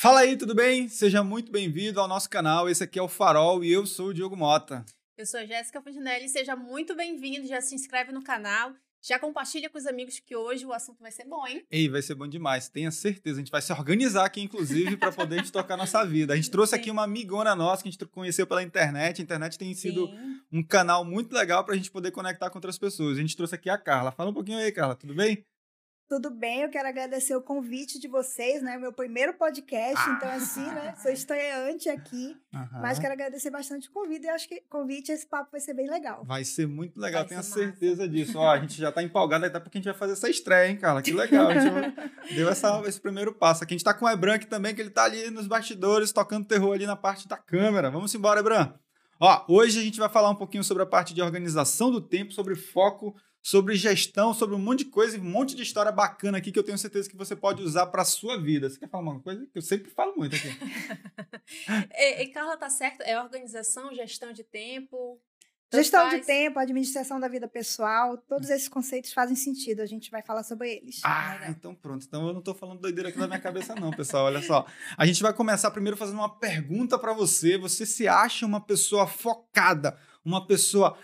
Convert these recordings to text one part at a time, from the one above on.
Fala aí, tudo bem? Seja muito bem-vindo ao nosso canal. Esse aqui é o Farol e eu sou o Diogo Mota. Eu sou a Jéssica Fundinelli, seja muito bem-vindo, já se inscreve no canal, já compartilha com os amigos que hoje o assunto vai ser bom, hein? Ei, vai ser bom demais, tenha certeza. A gente vai se organizar aqui, inclusive, para poder a gente tocar a nossa vida. A gente trouxe aqui uma amigona nossa que a gente conheceu pela internet. A internet tem sido um canal muito legal para a gente poder conectar com outras pessoas. A gente trouxe aqui a Carla. Fala um pouquinho aí, Carla, tudo bem? Tudo bem, eu quero agradecer o convite de vocês, né? Meu primeiro podcast, então assim, né? Sou estreante aqui, mas quero agradecer bastante o convite e acho que esse papo vai ser bem legal. Vai ser muito legal, tenho certeza disso. Ó, a gente já tá empolgado, até porque a gente vai fazer essa estreia, hein, Carla? Que legal, a gente deu esse primeiro passo. Aqui a gente tá com o Ebran aqui também, que ele tá ali nos bastidores, tocando terror ali na parte da câmera. Vamos embora, Ebran. Ó, hoje a gente vai falar um pouquinho sobre a parte de organização do tempo, sobre foco, sobre gestão, sobre um monte de coisa e um monte de história bacana aqui que eu tenho certeza que você pode usar para a sua vida. Você quer falar uma coisa? Que eu sempre falo muito aqui. Carla, tá certo? É organização, gestão de tempo. Gestão de tempo, administração da vida pessoal, todos esses conceitos fazem sentido. A gente vai falar sobre eles. Então pronto. Então eu não estou falando doideira aqui na minha cabeça não, pessoal. Olha só. A gente vai começar primeiro fazendo uma pergunta para você. Você se acha uma pessoa focada, uma pessoa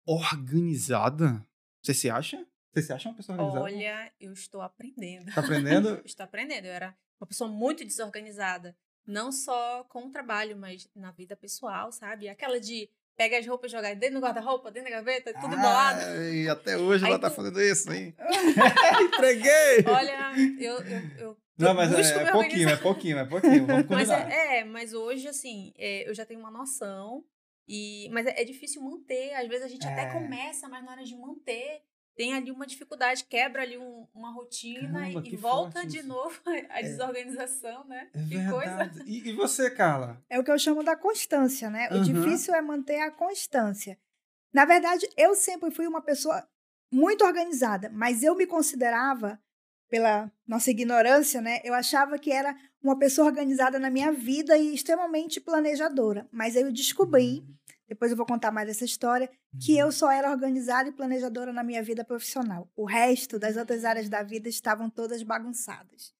organizada? Você se acha? Você se acha uma pessoa organizada? Olha, eu estou aprendendo. Tá aprendendo? Estou aprendendo. Eu era uma pessoa muito desorganizada. Não só com o trabalho, mas na vida pessoal, sabe? Aquela de pega as roupas e jogar dentro do guarda-roupa, dentro da gaveta, tudo embolado. E até hoje ela tá fazendo isso, hein? Entreguei! Olha, eu não, mas é pouquinho. Vamos combinar. Mas hoje, assim, eu já tenho uma noção. Mas é difícil manter. Às vezes a gente até começa, mas na hora de manter, tem ali uma dificuldade, quebra ali uma rotina. Caramba, e volta de novo a desorganização, né? É verdade. Coisa. E você, Carla? É o que eu chamo da constância, né? O difícil é manter a constância. Na verdade, eu sempre fui uma pessoa muito organizada, mas eu me considerava, pela nossa ignorância, né? Eu achava que era uma pessoa organizada na minha vida e extremamente planejadora. Mas eu descobri, depois eu vou contar mais essa história, que eu só era organizada e planejadora na minha vida profissional. O resto das outras áreas da vida estavam todas bagunçadas.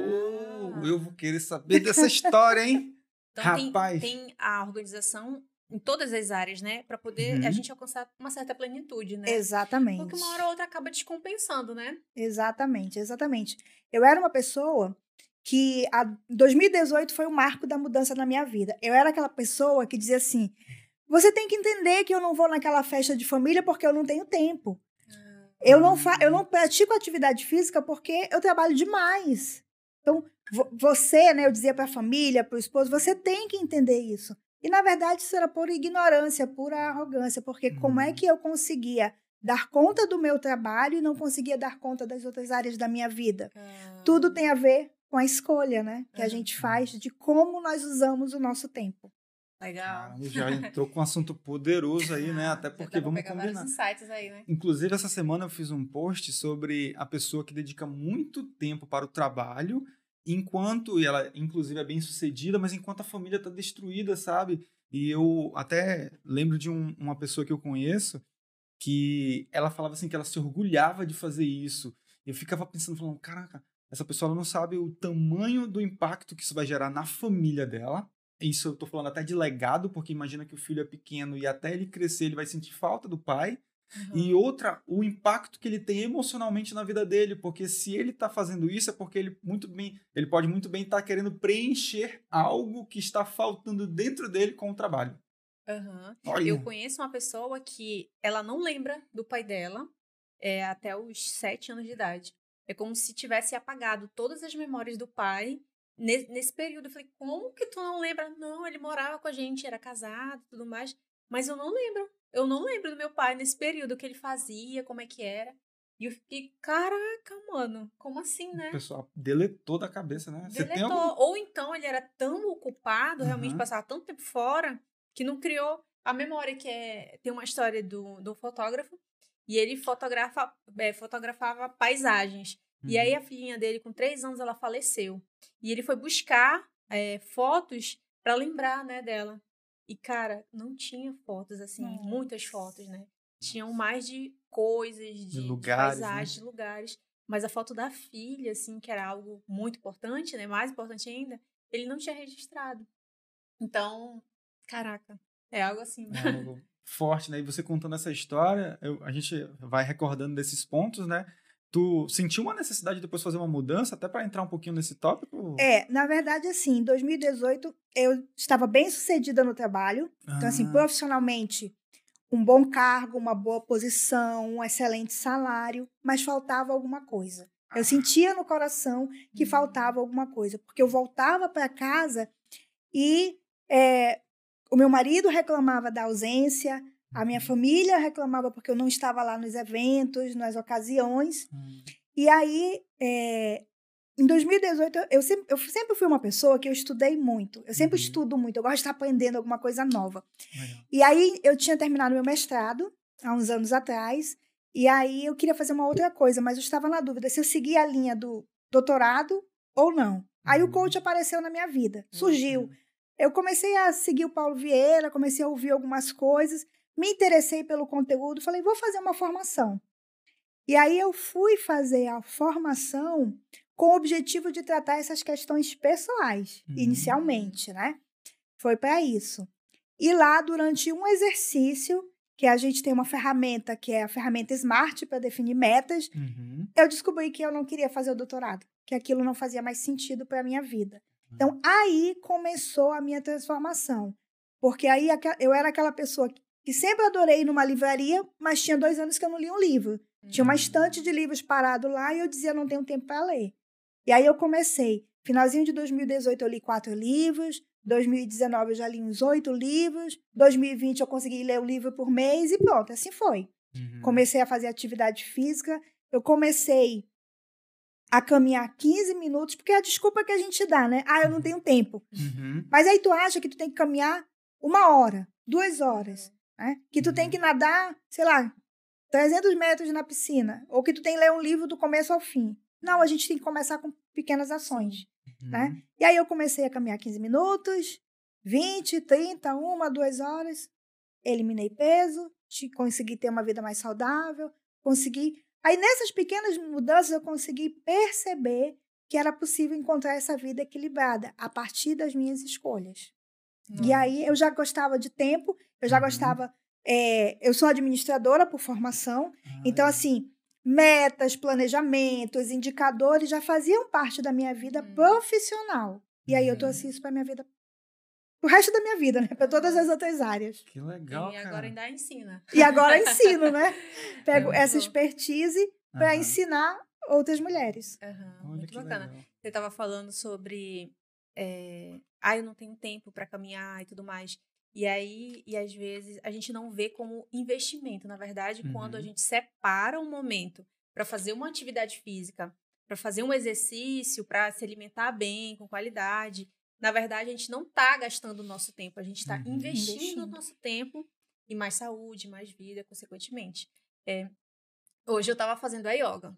Eu vou querer saber dessa história, hein? Então, rapaz. Tem a organização em todas as áreas, né? Para poder a gente alcançar uma certa plenitude, né? Exatamente. Porque uma hora ou outra acaba descompensando, né? Exatamente. Eu era uma pessoa que 2018 foi o marco da mudança na minha vida. Eu era aquela pessoa que dizia assim, você tem que entender que eu não vou naquela festa de família porque eu não tenho tempo. Eu não pratico atividade física porque eu trabalho demais. Então, você, né, eu dizia para a família, para o esposo, você tem que entender isso. E, na verdade, isso era pura ignorância, pura arrogância, porque como é que eu conseguia dar conta do meu trabalho e não conseguia dar conta das outras áreas da minha vida? Tudo tem a ver com a escolha, né, que a gente faz de como nós usamos o nosso tempo. Legal. Caramba, já entrou com um assunto poderoso aí, né? Até porque vamos combinar. Vários insights aí, né? Inclusive, essa semana eu fiz um post sobre a pessoa que dedica muito tempo para o trabalho, enquanto ela, inclusive, é bem sucedida, mas enquanto a família está destruída, sabe? E eu até lembro de uma pessoa que eu conheço que ela falava assim que ela se orgulhava de fazer isso. Eu ficava pensando, falando, caraca, essa pessoa ela não sabe o tamanho do impacto que isso vai gerar na família dela. Isso eu tô falando até de legado, porque imagina que o filho é pequeno e até ele crescer ele vai sentir falta do pai. E outra, o impacto que ele tem emocionalmente na vida dele, porque se ele tá fazendo isso é porque ele pode muito bem estar querendo preencher algo que está faltando dentro dele com o trabalho. Eu conheço uma pessoa que ela não lembra do pai dela até os 7 anos de idade. É como se tivesse apagado todas as memórias do pai. Nesse período, eu falei, como que tu não lembra? Não, ele morava com a gente, era casado e tudo mais, mas eu não lembro. Eu não lembro do meu pai nesse período, o que ele fazia, como é que era. E eu fiquei, caraca, mano, como assim, né? O pessoal deletou da cabeça, né? Deletou. Ou então ele era tão ocupado, realmente passava tanto tempo fora, que não criou a memória, tem uma história do fotógrafo, e ele fotografava paisagens. E aí a filhinha dele, com 3 anos, ela faleceu. E ele foi buscar fotos para lembrar, né, dela. E, cara, não tinha fotos, assim, muitas fotos, né? Tinham mais de coisas, de lugares, paisagens, né? de lugares. Mas a foto da filha, assim, que era algo muito importante, né? Mais importante ainda, ele não tinha registrado. Então, caraca, é algo assim. É algo forte, né? E você contando essa história, a gente vai recordando desses pontos, né? Tu sentiu uma necessidade de depois fazer uma mudança, até para entrar um pouquinho nesse tópico? Na verdade, assim, em 2018, eu estava bem sucedida no trabalho. Então, assim, profissionalmente, um bom cargo, uma boa posição, um excelente salário, mas faltava alguma coisa. Eu sentia no coração que faltava alguma coisa, porque eu voltava para casa e o meu marido reclamava da ausência, a minha família reclamava porque eu não estava lá nos eventos, nas ocasiões. E aí, em 2018, eu sempre fui uma pessoa que eu estudei muito. Eu sempre estudo muito, eu gosto de estar aprendendo alguma coisa nova. E aí, eu tinha terminado meu mestrado, há uns anos atrás, e aí eu queria fazer uma outra coisa, mas eu estava na dúvida se eu seguia a linha do doutorado ou não. Aí o coach apareceu na minha vida, surgiu. Eu comecei a seguir o Paulo Vieira, comecei a ouvir algumas coisas, me interessei pelo conteúdo, falei, vou fazer uma formação. E aí eu fui fazer a formação com o objetivo de tratar essas questões pessoais, inicialmente, né? Foi para isso. E lá, durante um exercício, que a gente tem uma ferramenta, que é a ferramenta SMART, para definir metas, eu descobri que eu não queria fazer o doutorado, que aquilo não fazia mais sentido para a minha vida. Então, aí começou a minha transformação. Porque aí eu era aquela pessoa que sempre adorei ir numa livraria, mas tinha 2 anos que eu não li um livro. Tinha uma estante de livros parado lá e eu dizia, não tenho tempo para ler. E aí eu comecei. Finalzinho de 2018 eu li 4 livros, 2019 eu já li uns 8 livros, 2020 eu consegui ler um livro por mês e pronto, assim foi. Comecei a fazer atividade física, eu comecei a caminhar 15 minutos, porque é a desculpa que a gente dá, né? Eu não tenho tempo. Mas aí tu acha que tu tem que caminhar 1 hora, 2 horas, né? Que tu tem que nadar, sei lá, 300 metros na piscina, ou que tu tem que ler um livro do começo ao fim. Não, a gente tem que começar com pequenas ações, né? E aí eu comecei a caminhar 15 minutos, 20, 30, 1, 2 horas, eliminei peso, consegui ter uma vida mais saudável, consegui... Aí, nessas pequenas mudanças, eu consegui perceber que era possível encontrar essa vida equilibrada a partir das minhas escolhas. E aí, eu já gostava de tempo, eu já gostava... eu sou administradora por formação, então, assim, metas, planejamentos, indicadores já faziam parte da minha vida profissional. E aí, eu trouxe isso para minha vida, o resto da minha vida, né? Para todas as outras áreas. Que legal, E agora ainda ensina. E agora ensino, né? Pego essa expertise para ensinar outras mulheres. Muito bacana. Legal. Você estava falando sobre... eu não tenho tempo para caminhar e tudo mais. E às vezes, a gente não vê como investimento. Na verdade, quando a gente separa um momento para fazer uma atividade física, para fazer um exercício, para se alimentar bem, com qualidade... Na verdade, a gente não está gastando o nosso tempo, a gente está investindo o nosso tempo em mais saúde, mais vida, consequentemente. Hoje eu estava fazendo a yoga.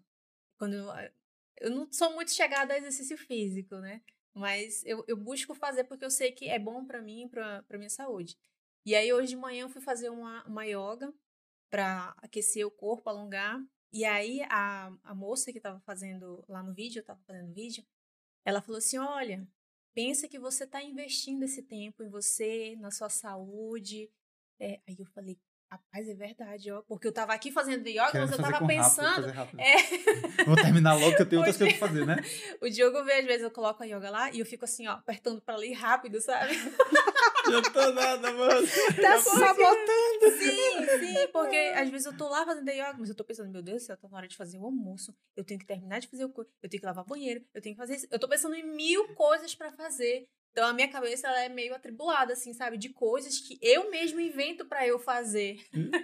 Eu não sou muito chegada a exercício físico, né? Mas eu busco fazer porque eu sei que é bom para mim e para minha saúde. E aí, hoje de manhã, eu fui fazer uma yoga para aquecer o corpo, alongar. E aí, a moça que estava fazendo lá no vídeo, ela falou assim, olha... Pensa que você está investindo esse tempo em você, na sua saúde. Aí eu falei, rapaz, é verdade, porque eu estava aqui fazendo yoga, mas eu estava pensando... Rápido. Vou terminar logo que eu tenho outras coisas para fazer, né? O Diogo vê, às vezes eu coloco a yoga lá e eu fico assim, ó, apertando para ler rápido, sabe? Não tô nada, mano. Tá sabotando. Sim, porque às vezes eu tô lá fazendo yoga, mas eu tô pensando, meu Deus do céu, tá na hora de fazer o almoço, eu tenho que terminar de fazer eu tenho que lavar banheiro, eu tenho que fazer isso. Eu tô pensando em 1000 coisas pra fazer. Então, a minha cabeça, ela é meio atribulada, assim, sabe? De coisas que eu mesmo invento pra eu fazer.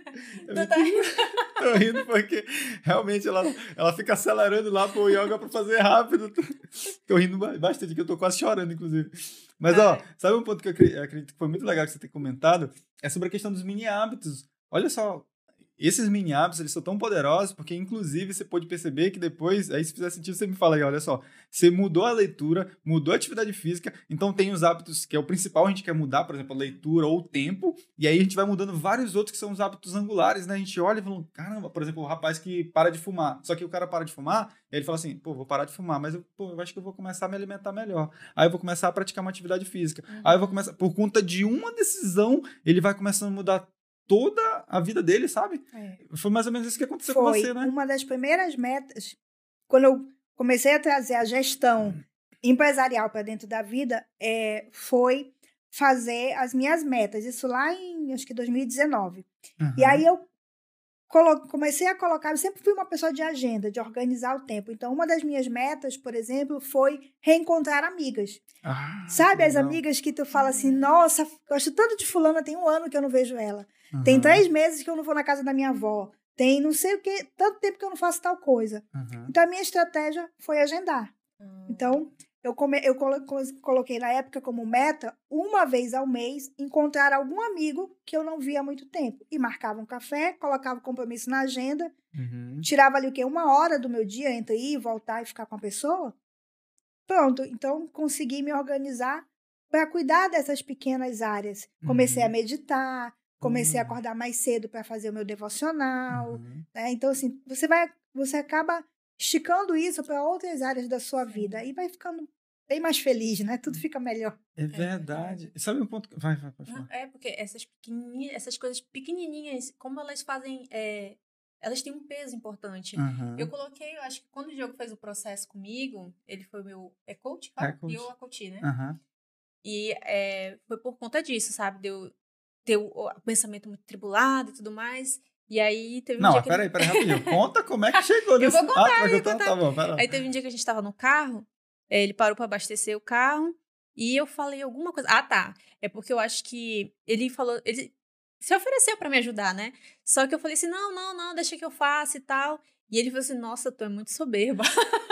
Tô rindo porque realmente ela fica acelerando lá pro yoga pra fazer rápido. Tô rindo bastante, que eu tô quase chorando, inclusive. Mas, sabe um ponto que eu acredito que foi muito legal que você ter comentado? É sobre a questão dos mini hábitos. Olha só, esses mini hábitos, eles são tão poderosos, porque, inclusive, você pode perceber que depois, aí se fizer sentido, você me fala aí, olha só, você mudou a leitura, mudou a atividade física, então tem os hábitos, que é o principal, a gente quer mudar, por exemplo, a leitura ou o tempo, e aí a gente vai mudando vários outros que são os hábitos angulares, né? A gente olha e fala, caramba, por exemplo, o rapaz que para de fumar, só que o cara para de fumar, e ele fala assim, pô, vou parar de fumar, mas eu acho que eu vou começar a me alimentar melhor. Aí eu vou começar a praticar uma atividade física. Aí eu vou começar, por conta de uma decisão, ele vai começando a mudar toda a vida dele, sabe? Foi mais ou menos isso que aconteceu com você, né? Uma das primeiras metas, quando eu comecei a trazer a gestão empresarial para dentro da vida, foi fazer as minhas metas. Isso lá em, acho que 2019. E aí eu comecei a colocar, eu sempre fui uma pessoa de agenda, de organizar o tempo. Então, uma das minhas metas, por exemplo, foi reencontrar amigas. Sabe, as amigas que tu fala assim, nossa, gosto tanto de fulana, tem 1 ano que eu não vejo ela. Tem 3 meses que eu não vou na casa da minha avó. Tem não sei o que, tanto tempo que eu não faço tal coisa. Então, a minha estratégia foi agendar. Então, eu coloquei na época como meta, 1 vez ao mês, encontrar algum amigo que eu não via há muito tempo. E marcava um café, colocava o compromisso na agenda, tirava ali o quê? 1 hora do meu dia entre ir, voltar e ficar com a pessoa. Pronto, então consegui me organizar para cuidar dessas pequenas áreas. Comecei a meditar, comecei a acordar mais cedo para fazer o meu devocional. Né? Então, assim, você acaba esticando isso para outras áreas da sua vida e vai ficando bem mais feliz, né? Tudo fica melhor. É verdade. Sabe um ponto... Vai, pode falar. Porque essas coisas pequenininhas, como elas fazem... elas têm um peso importante. Eu coloquei, eu acho que quando o Diogo fez o processo comigo, ele foi meu coach, e eu a coach, né? E foi por conta disso, sabe? De eu ter o pensamento muito tribulado e tudo mais... E aí teve um dia que... Não, peraí, rapidinho. Conta como é que chegou nesse... Eu vou contar, vai contar. Tá bom, aí teve um dia que a gente tava no carro, ele parou pra abastecer o carro, e eu falei alguma coisa... tá. É porque eu acho que ele falou... Ele se ofereceu pra me ajudar, né? Só que eu falei assim, não, deixa que eu faça e tal. E ele falou assim, nossa, tu é muito soberba.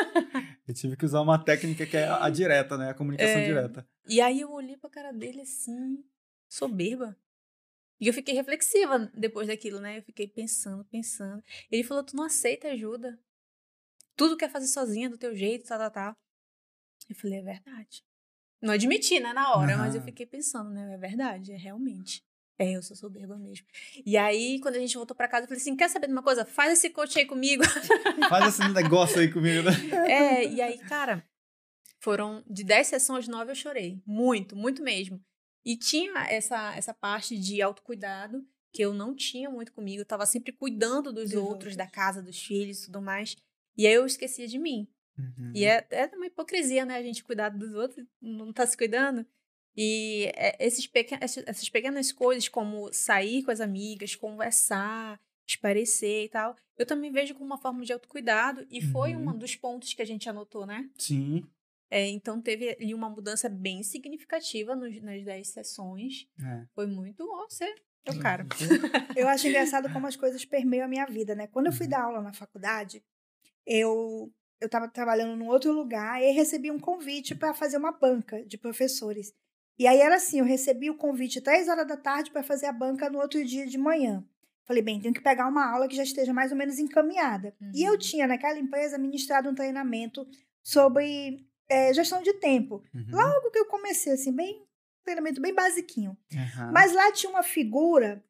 Eu tive que usar uma técnica que é a direta, né? A comunicação direta. E aí eu olhei pra cara dele assim, soberba. E eu fiquei reflexiva depois daquilo, né? Eu fiquei pensando. Ele falou, tu não aceita ajuda. Tudo quer fazer sozinha, do teu jeito, tal. Eu falei, é verdade. Não admiti, né, na hora, mas eu fiquei pensando, né? É verdade, realmente. Eu sou soberba mesmo. E aí, quando a gente voltou pra casa, eu falei assim, quer saber de uma coisa? Faz esse coach aí comigo. Faz esse negócio aí comigo, né? E aí, cara, foram de 10 sessões, 9 eu chorei. Muito, muito mesmo. E tinha essa parte de autocuidado que eu não tinha muito comigo. Eu tava sempre cuidando dos outros, da casa, dos filhos e tudo mais. E aí eu esquecia de mim. E é uma hipocrisia, né? A gente cuidar dos outros e não tá se cuidando. E essas pequenas coisas, como sair com as amigas, conversar, esparecer e tal, eu também vejo como uma forma de autocuidado. E foi um dos pontos que a gente anotou, né? Sim. Então teve ali uma mudança bem significativa nas 10 sessões. Foi muito... Você é o cara. Eu acho engraçado como as coisas permeiam a minha vida, né? Quando eu fui dar aula na faculdade, eu estava trabalhando num outro lugar e recebi um convite para fazer uma banca de professores. E aí era assim, eu recebi o convite 3 horas da tarde para fazer a banca no outro dia de manhã. Falei, bem, tenho que pegar uma aula que já esteja mais ou menos encaminhada. E eu tinha, naquela empresa, ministrado um treinamento sobre... gestão de tempo. Logo que eu comecei, assim, treinamento bem basiquinho. Mas lá tinha uma figura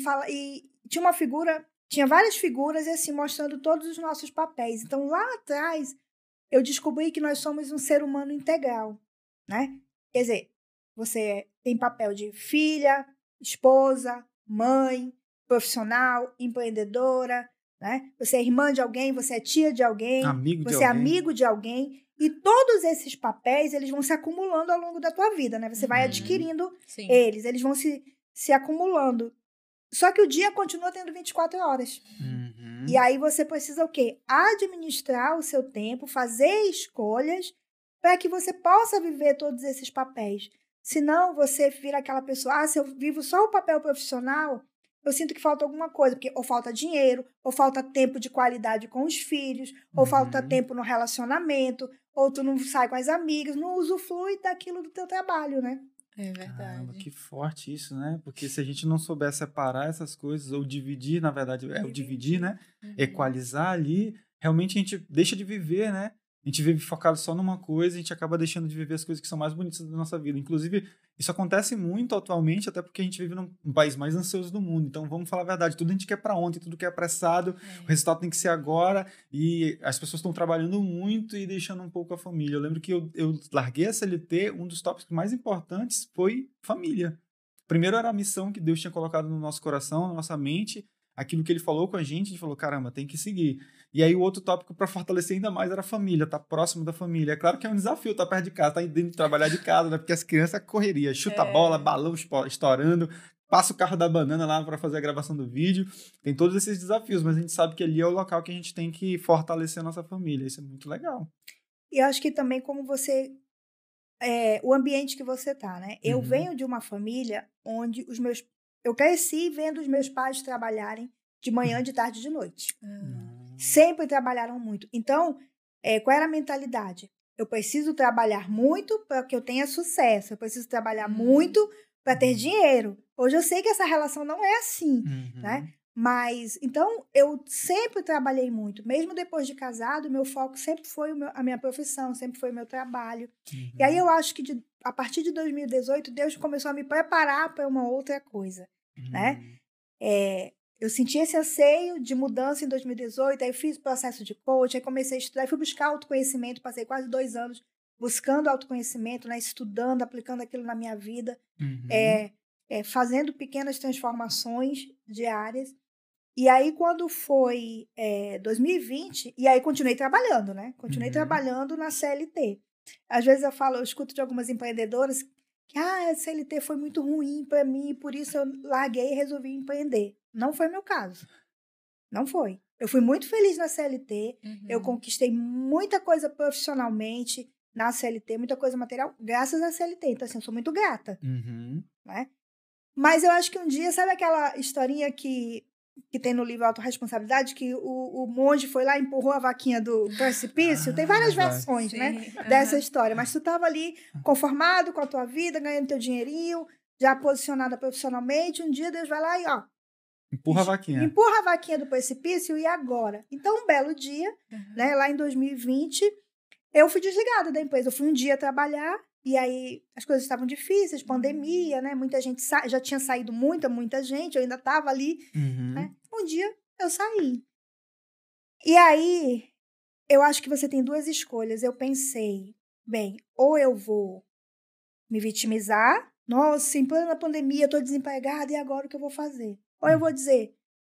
tinha várias figuras e assim, mostrando todos os nossos papéis. Então, lá atrás, eu descobri que nós somos um ser humano integral, né? Quer dizer, você tem papel de filha, esposa, mãe, profissional, empreendedora, né? Você é irmã de alguém, você é tia de alguém, você é amigo de alguém. E todos esses papéis, eles vão se acumulando ao longo da tua vida, né? Você vai adquirindo eles vão se acumulando. Só que o dia continua tendo 24 horas. E aí você precisa o quê? Administrar o seu tempo, fazer escolhas para que você possa viver todos esses papéis. Senão você vira aquela pessoa, se eu vivo só o papel profissional, eu sinto que falta alguma coisa, porque ou falta dinheiro, ou falta tempo de qualidade com os filhos, ou falta tempo no relacionamento, ou tu não sai com as amigas, não usufrui daquilo do teu trabalho, né? É verdade. Caramba, que forte isso, né? Porque se a gente não souber separar essas coisas, ou dividir, na verdade, é o dividir, né? Equalizar ali, realmente a gente deixa de viver, né? A gente vive focado só numa coisa, a gente acaba deixando de viver as coisas que são mais bonitas da nossa vida. Inclusive, isso acontece muito atualmente, até porque a gente vive num país mais ansioso do mundo. Então, vamos falar a verdade, tudo a gente quer para ontem, tudo que é apressado, o resultado tem que ser agora, e as pessoas estão trabalhando muito e deixando um pouco a família. Eu lembro que eu larguei a CLT, um dos tópicos mais importantes foi família. Primeiro era a missão que Deus tinha colocado no nosso coração, na nossa mente, aquilo que ele falou com a gente falou, caramba, tem que seguir. E aí o outro tópico para fortalecer ainda mais era a família, estar próximo da família. É claro que é um desafio estar perto de casa, estar indo trabalhar de casa, né? Porque as crianças correria, chuta a bola, balão estourando, passa o carro da banana lá para fazer a gravação do vídeo. Tem todos esses desafios, mas a gente sabe que ali é o local que a gente tem que fortalecer a nossa família. Isso é muito legal. E eu acho que também como você... o ambiente que você tá, né? Eu venho de uma família onde eu cresci vendo os meus pais trabalharem de manhã, de tarde e de noite. Sempre trabalharam muito. Então, qual era a mentalidade? Eu preciso trabalhar muito para que eu tenha sucesso. Eu preciso trabalhar muito para ter dinheiro. Hoje eu sei que essa relação não é assim, né? Mas, então, eu sempre trabalhei muito. Mesmo depois de casado, meu foco sempre foi a minha profissão, sempre foi o meu trabalho. E aí eu acho que a partir de 2018, Deus começou a me preparar para uma outra coisa, né? Eu senti esse anseio de mudança em 2018, aí fiz o processo de coach, aí comecei a estudar, aí fui buscar autoconhecimento, passei quase 2 anos buscando autoconhecimento, né? Estudando, aplicando aquilo na minha vida, fazendo pequenas transformações diárias. E aí, quando foi 2020, e aí continuei trabalhando, né? Continuei trabalhando na CLT. Às vezes eu escuto de algumas empreendedoras que a CLT foi muito ruim para mim, por isso eu larguei e resolvi empreender. Não foi meu caso. Não foi. Eu fui muito feliz na CLT, eu conquistei muita coisa profissionalmente na CLT, muita coisa material, graças à CLT. Então, assim, eu sou muito grata. Né? Mas eu acho que um dia, sabe aquela historinha que tem no livro Autorresponsabilidade, que o monge foi lá e empurrou a vaquinha do precipício? Tem várias versões, né, dessa história. Mas tu estava ali conformado com a tua vida, ganhando teu dinheirinho, já posicionada profissionalmente. Um dia Deus vai lá e, empurra a vaquinha. Empurra a vaquinha do precipício e agora? Então, um belo dia, né, lá em 2020, eu fui desligada da empresa. Eu fui um dia trabalhar, e aí as coisas estavam difíceis, pandemia, né? Muita gente já tinha saído, muita gente, eu ainda estava ali. Né? Um dia eu saí. E aí, eu acho que você tem 2 escolhas. Eu pensei, bem, ou eu vou me vitimizar, nossa, em plena pandemia, estou desempregada, e agora o que eu vou fazer? Ou eu vou dizer,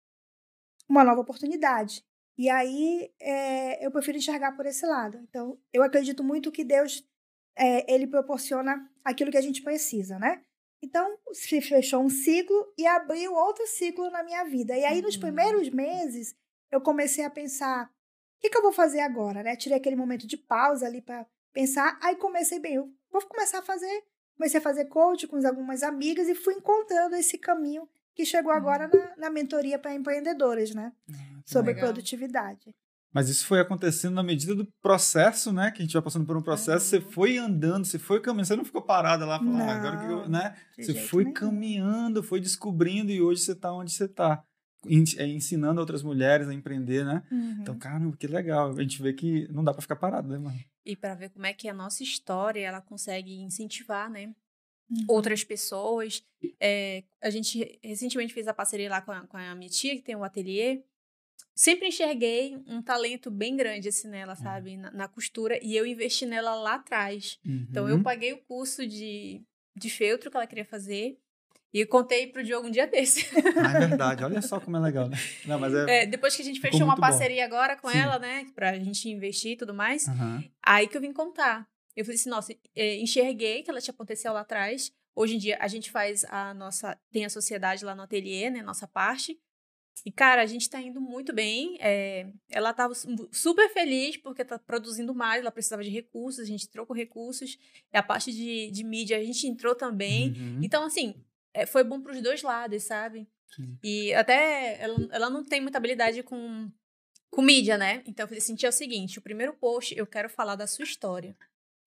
uma nova oportunidade. E aí, eu prefiro enxergar por esse lado. Então, eu acredito muito que Deus... ele proporciona aquilo que a gente precisa, né? Então, se fechou um ciclo e abriu outro ciclo na minha vida. E aí, nos primeiros meses, eu comecei a pensar, o que eu vou fazer agora, né? Tirei aquele momento de pausa ali para pensar. Aí comecei, eu vou começar a fazer... Comecei a fazer coach com algumas amigas e fui encontrando esse caminho que chegou agora na mentoria para empreendedoras, né? Sobre produtividade. Mas isso foi acontecendo na medida do processo, né? Que a gente vai passando por um processo, você foi andando, você foi caminhando, você não ficou parada lá, falando, agora que eu, né? Você foi caminhando, foi descobrindo e hoje você está onde você está. Ensinando outras mulheres a empreender, né? Então, cara, que legal. A gente vê que não dá para ficar parado, né, mano? E para ver como é que a nossa história, ela consegue incentivar, né? Outras pessoas. A gente recentemente fez a parceria lá com a minha tia, que tem um ateliê. Sempre enxerguei um talento bem grande assim nela, sabe? Na costura. E eu investi nela lá atrás. Então, eu paguei o curso de feltro que ela queria fazer. E contei pro Diogo um dia desse. É verdade. Olha só como é legal, né? Não, mas depois que a gente fechou uma parceria agora com ela, né? Pra gente investir e tudo mais. Aí que eu vim contar. Eu falei assim, nossa, enxerguei que ela tinha potencial lá atrás. Hoje em dia, a gente faz tem a sociedade lá no ateliê, né? Nossa parte. E, cara, a gente tá indo muito bem. Ela tava super feliz porque tá produzindo mais, ela precisava de recursos, a gente trocou recursos. E a parte de mídia, a gente entrou também. Então, assim, foi bom pros 2 lados, sabe? Sim. E até ela não tem muita habilidade com mídia, né? Então, eu falei assim, é o seguinte, o primeiro post, eu quero falar da sua história.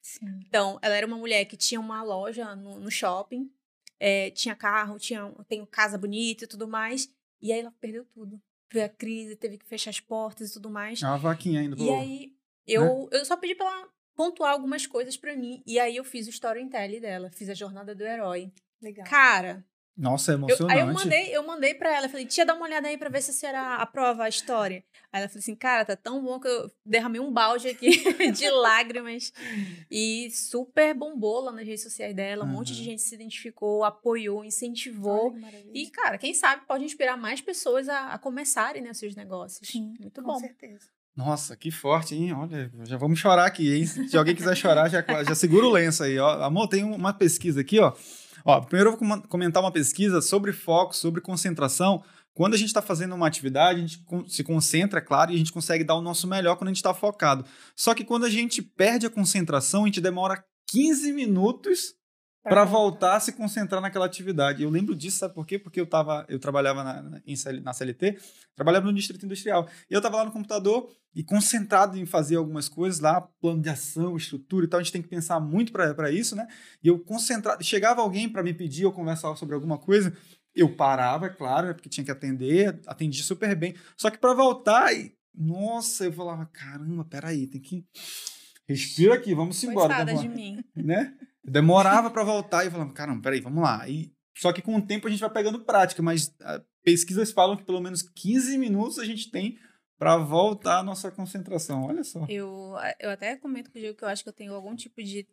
Sim. Então, ela era uma mulher que tinha uma loja no shopping, tinha carro, tem casa bonita e tudo mais. E aí ela perdeu tudo. Veio a crise, teve que fechar as portas e tudo mais. É uma vaquinha ainda. E aí, eu só pedi pra ela pontuar algumas coisas pra mim. E aí, eu fiz o storytelling dela. Fiz a jornada do herói. Legal. Cara... Nossa, é emocionante. Aí eu mandei pra ela. Falei, tia, dá uma olhada aí pra ver se a senhora aprova a história. Aí ela falou assim, cara, tá tão bom que eu derramei um balde aqui de lágrimas. E super bombou lá nas redes sociais dela. Um monte de gente se identificou, apoiou, incentivou. E, cara, quem sabe pode inspirar mais pessoas a começarem, né, seus negócios. Sim, muito com bom. certeza. Nossa, que forte, hein? Olha, já vamos chorar aqui, hein? Se alguém quiser chorar, já segura o lenço aí, ó. Amor, tem uma pesquisa aqui, ó. Ó, primeiro eu vou comentar uma pesquisa sobre foco, sobre concentração. Quando a gente está fazendo uma atividade, a gente se concentra, é claro, e a gente consegue dar o nosso melhor quando a gente está focado. Só que quando a gente perde a concentração, a gente demora 15 minutos para voltar a se concentrar naquela atividade. Eu lembro disso, sabe por quê? Porque eu trabalhava na CLT, trabalhava no Distrito Industrial. E eu estava lá no computador e concentrado em fazer algumas coisas lá, plano de ação, estrutura e tal. A gente tem que pensar muito para isso, né? E eu concentrado. Chegava alguém para me pedir ou conversar sobre alguma coisa, eu parava, é claro, porque tinha que atender, atendi super bem. Só que para voltar, nossa, eu falava, caramba, peraí, tem que... Respira aqui, vamos embora. Coitada de mim. Né? Eu demorava para voltar e falava, caramba, peraí, vamos lá. Só que com o tempo a gente vai pegando prática, mas pesquisas falam que pelo menos 15 minutos a gente tem para voltar a nossa concentração. Olha só. Eu até comento com o Diego que eu acho que eu tenho algum tipo de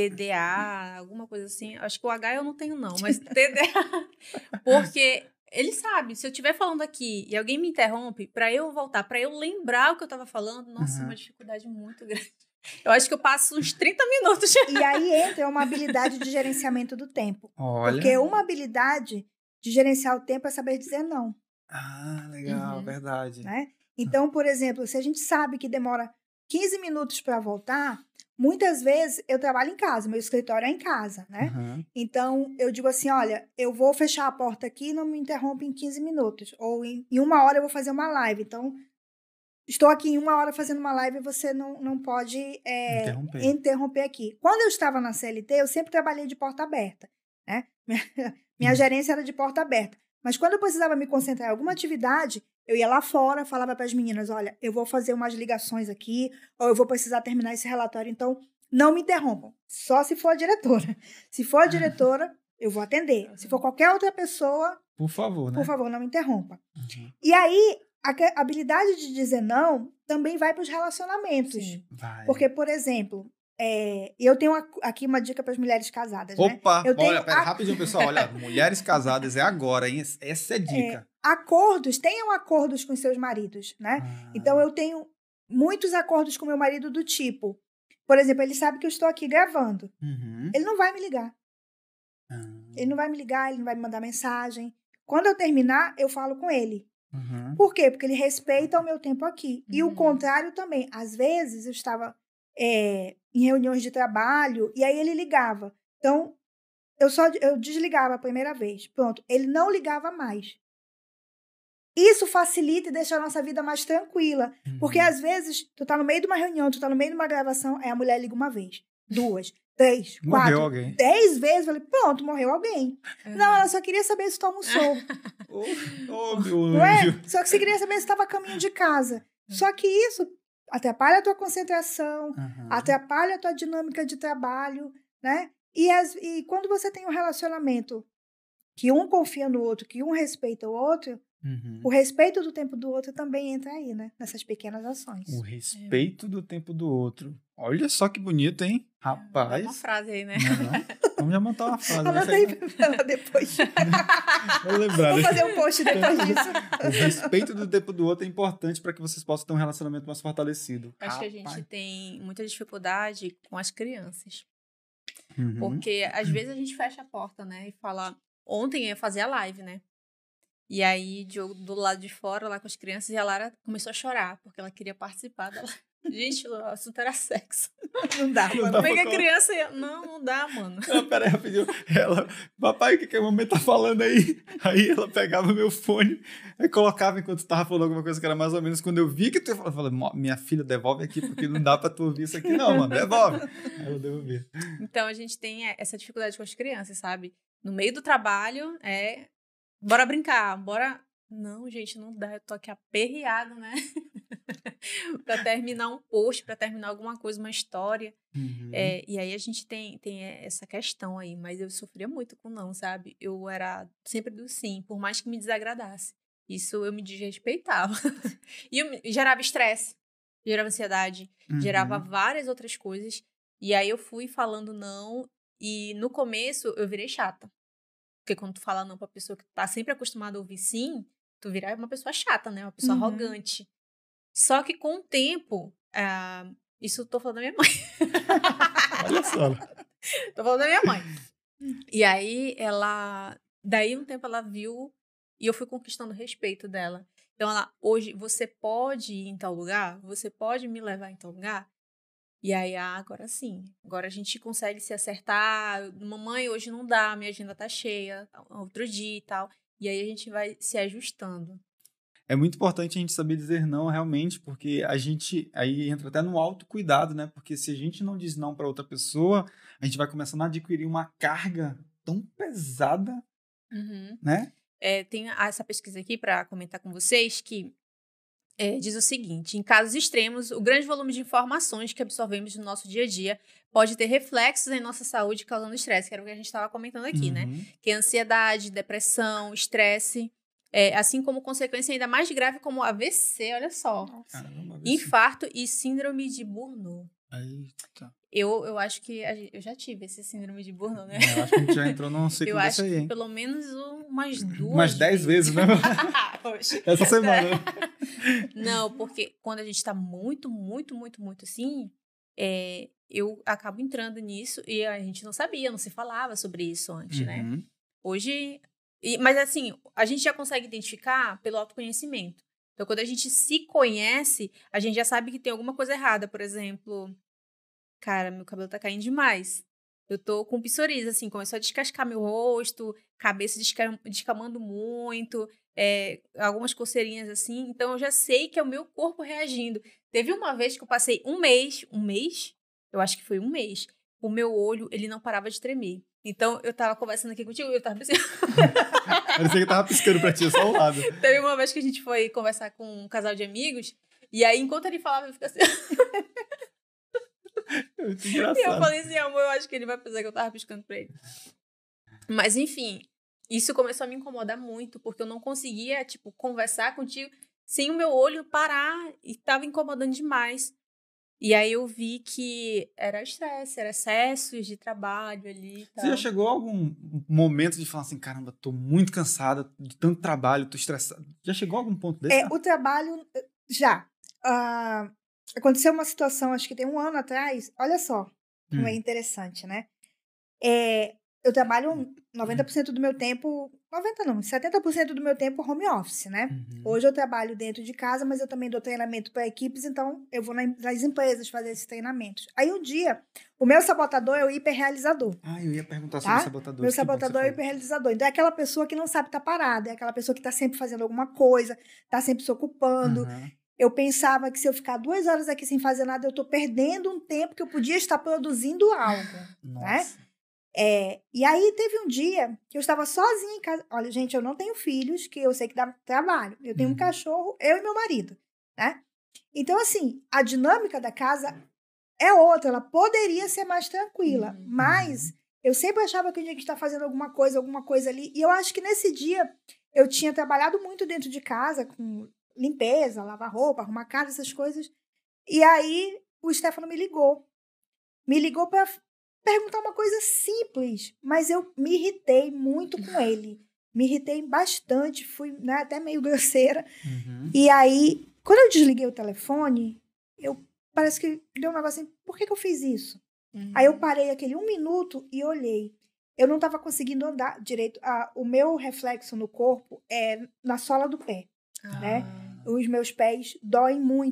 TDA, alguma coisa assim. Acho que o H eu não tenho, não, mas TDA. Porque ele sabe, se eu estiver falando aqui e alguém me interrompe, para eu voltar, para eu lembrar o que eu estava falando, nossa, é uma dificuldade muito grande. Eu acho que eu passo uns 30 minutos. E aí entra uma habilidade de gerenciamento do tempo. Olha. Porque uma habilidade de gerenciar o tempo é saber dizer não. Ah, legal, verdade. Né? Então, por exemplo, se a gente sabe que demora 15 minutos para voltar, muitas vezes eu trabalho em casa, meu escritório é em casa, né? Então, eu digo assim, olha, eu vou fechar a porta aqui, não me interrompe em 15 minutos. Ou em 1 hora eu vou fazer uma live. Então, estou aqui em 1 hora fazendo uma live e você não pode interromper aqui. Quando eu estava na CLT, eu sempre trabalhei de porta aberta, né? Minha gerência era de porta aberta. Mas quando eu precisava me concentrar em alguma atividade, eu ia lá fora, falava para as meninas, olha, eu vou fazer umas ligações aqui, ou eu vou precisar terminar esse relatório, então não me interrompam. Só se for a diretora. Se for a diretora, eu vou atender. Se for qualquer outra pessoa, por favor, né? Por favor, não me interrompa. E aí, a habilidade de dizer não também vai para os relacionamentos. Sim, vai. Porque, por exemplo, eu tenho aqui uma dica para as mulheres casadas. Opa! Né? Olha, pera, rapidinho, pessoal. Olha, mulheres casadas é agora, hein? Essa é a dica. Tenham acordos com seus maridos, né? Então, eu tenho muitos acordos com meu marido do tipo, por exemplo, ele sabe que eu estou aqui gravando. Ele não vai me ligar. Ele não vai me ligar, ele não vai me mandar mensagem. Quando eu terminar, eu falo com ele. Por quê? Porque ele respeita o meu tempo aqui. E o contrário também. Às vezes, eu estava em reuniões de trabalho e aí ele ligava. Então, eu desligava a primeira vez. Pronto. Ele não ligava mais. Isso facilita e deixa a nossa vida mais tranquila. Porque, às vezes, tu tá no meio de uma reunião, tu tá no meio de uma gravação, aí a mulher liga uma vez, 2, 3, 4, 10 vezes. Eu falei, pronto, morreu alguém. Não, ela só queria saber se tu almoçou. Meu anjo. Só que você queria saber se estava a caminho de casa. Só que isso atrapalha a tua concentração, atrapalha a tua dinâmica de trabalho, né? E quando você tem um relacionamento que um confia no outro, que um respeita o outro, o respeito do tempo do outro também entra aí, né? Nessas pequenas ações. O respeito do tempo do outro. Olha só que bonito, hein? Rapaz. Dá uma frase aí, né? Vamos já montar uma frase. Anota aí pra ela depois. Vou lembrar. Vou fazer um post depois disso. O respeito do tempo do outro é importante para que vocês possam ter um relacionamento mais fortalecido. Acho que a gente tem muita dificuldade com as crianças. Porque, às vezes, a gente fecha a porta, né? E fala... Ontem eu ia fazer a live, né? E aí, Diogo, do lado de fora, lá com as crianças, e a Lara começou a chorar, porque ela queria participar da live. Gente, o assunto era sexo. Não dá. Não dá Como é que pra a criança ia... Não dá, mano. Não, peraí, rapidinho. Ela, papai, o que a mamãe tá falando aí? Aí ela pegava meu fone e colocava enquanto tu tava falando alguma coisa que era mais ou menos quando eu vi que tu ia falar. Eu falei, minha filha, devolve aqui, porque não dá pra tu ouvir isso aqui não, mano, devolve. Aí eu devolvi. Então, a gente tem essa dificuldade com as crianças, sabe? No meio do trabalho, bora brincar, bora... Não, gente, não dá. Eu tô aqui aperreado, né? Pra terminar um post, pra terminar alguma coisa, uma história. Uhum. E aí a gente tem essa questão aí. Mas eu sofria muito com não, sabe? Eu era sempre do sim, por mais que me desagradasse. Isso eu me desrespeitava. E gerava estresse, gerava ansiedade, gerava várias outras coisas. E aí eu fui falando não. E no começo eu virei chata. Porque quando tu fala não pra pessoa que tá sempre acostumada a ouvir sim, tu vira uma pessoa chata, né? Uma pessoa arrogante. Só que com o tempo... isso eu tô falando da minha mãe. Olha só. Tô falando da minha mãe. E aí, daí um tempo ela viu e eu fui conquistando o respeito dela. Então ela, hoje, você pode ir em tal lugar? Você pode me levar em tal lugar? E aí, agora sim. Agora a gente consegue se acertar. Mamãe, hoje não dá, minha agenda tá cheia. Outro dia e tal. E aí a gente vai se ajustando. É muito importante a gente saber dizer não realmente, porque a gente aí entra até no autocuidado, né? Porque se a gente não diz não para outra pessoa, a gente vai começando a adquirir uma carga tão pesada, né? Tem essa pesquisa aqui para comentar com vocês que diz o seguinte: em casos extremos, o grande volume de informações que absorvemos no nosso dia a dia pode ter reflexos em nossa saúde, causando estresse, que era o que a gente estava comentando aqui, né? Que é ansiedade, depressão, estresse, assim como consequência ainda mais grave como AVC, olha só. Caramba, Infarto e síndrome de Burnout. Eita. Eu acho que eu já tive esse síndrome de Burnout, né? Eu acho que a gente já entrou num ciclo Eu desse acho aí, que hein? pelo menos umas 2 Umas 10 vezes, né? Poxa. Essa semana. Não, porque quando a gente tá muito, muito, muito, muito assim, eu acabo entrando nisso e a gente não sabia, não se falava sobre isso antes, né? Hoje... mas assim, a gente já consegue identificar pelo autoconhecimento. Então, quando a gente se conhece, a gente já sabe que tem alguma coisa errada. Por exemplo, cara, meu cabelo tá caindo demais. Eu tô com psoríase, assim, começou a descascar meu rosto, cabeça descamando muito, algumas coceirinhas assim. Então, eu já sei que é o meu corpo reagindo. Teve uma vez que eu passei um mês? Eu acho que foi um mês. O meu olho, ele não parava de tremer. Então, eu tava conversando aqui contigo e eu tava pensando... Parecia que tava piscando pra ti, só ao lado. Teve uma vez que a gente foi conversar com um casal de amigos, e aí, enquanto ele falava, eu ficava assim... É muito engraçado. E eu falei assim, amor, eu acho que ele vai pensar que eu tava piscando pra ele. Mas, enfim, isso começou a me incomodar muito, porque eu não conseguia, tipo, conversar contigo sem o meu olho parar, e tava incomodando demais. E aí eu vi que era estresse, era excessos de trabalho ali e tal. Você já chegou a algum momento de falar assim, caramba, tô muito cansada de tanto trabalho, tô estressada? Já chegou a algum ponto desse? O trabalho, já. Aconteceu uma situação, acho que tem 1 ano atrás, olha só, como é interessante, né? Eu trabalho 90% do meu tempo, 90 não, 70% do meu tempo home office, né? Hoje eu trabalho dentro de casa, mas eu também dou treinamento para equipes, então eu vou nas empresas fazer esses treinamentos. Aí um dia, o meu sabotador é o hiperrealizador. Eu ia perguntar sobre o sabotador. Meu sabotador é o hiperrealizador. Então é aquela pessoa que não sabe estar parada, é aquela pessoa que está sempre fazendo alguma coisa, está sempre se ocupando. Eu pensava que se eu ficar 2 horas aqui sem fazer nada, eu estou perdendo um tempo que eu podia estar produzindo algo, né? E aí teve um dia que eu estava sozinha em casa. Olha, gente, eu não tenho filhos, que eu sei que dá trabalho. Eu tenho um cachorro, eu e meu marido, né? Então, assim, a dinâmica da casa é outra. Ela poderia ser mais tranquila, mas eu sempre achava que eu tinha que estar fazendo alguma coisa ali. E eu acho que nesse dia eu tinha trabalhado muito dentro de casa, com limpeza, lavar roupa, arrumar casa, essas coisas. E aí o Stefano me ligou. Me ligou para perguntar uma coisa simples, mas eu me irritei muito com ele. Me irritei bastante, fui, né, até meio grosseira. E aí, quando eu desliguei o telefone, parece que deu um negócio assim, por que eu fiz isso? Aí eu parei aquele 1 minuto e olhei. Eu não estava conseguindo andar direito. O meu reflexo no corpo é na sola do pé, né? Os meus pés doem muito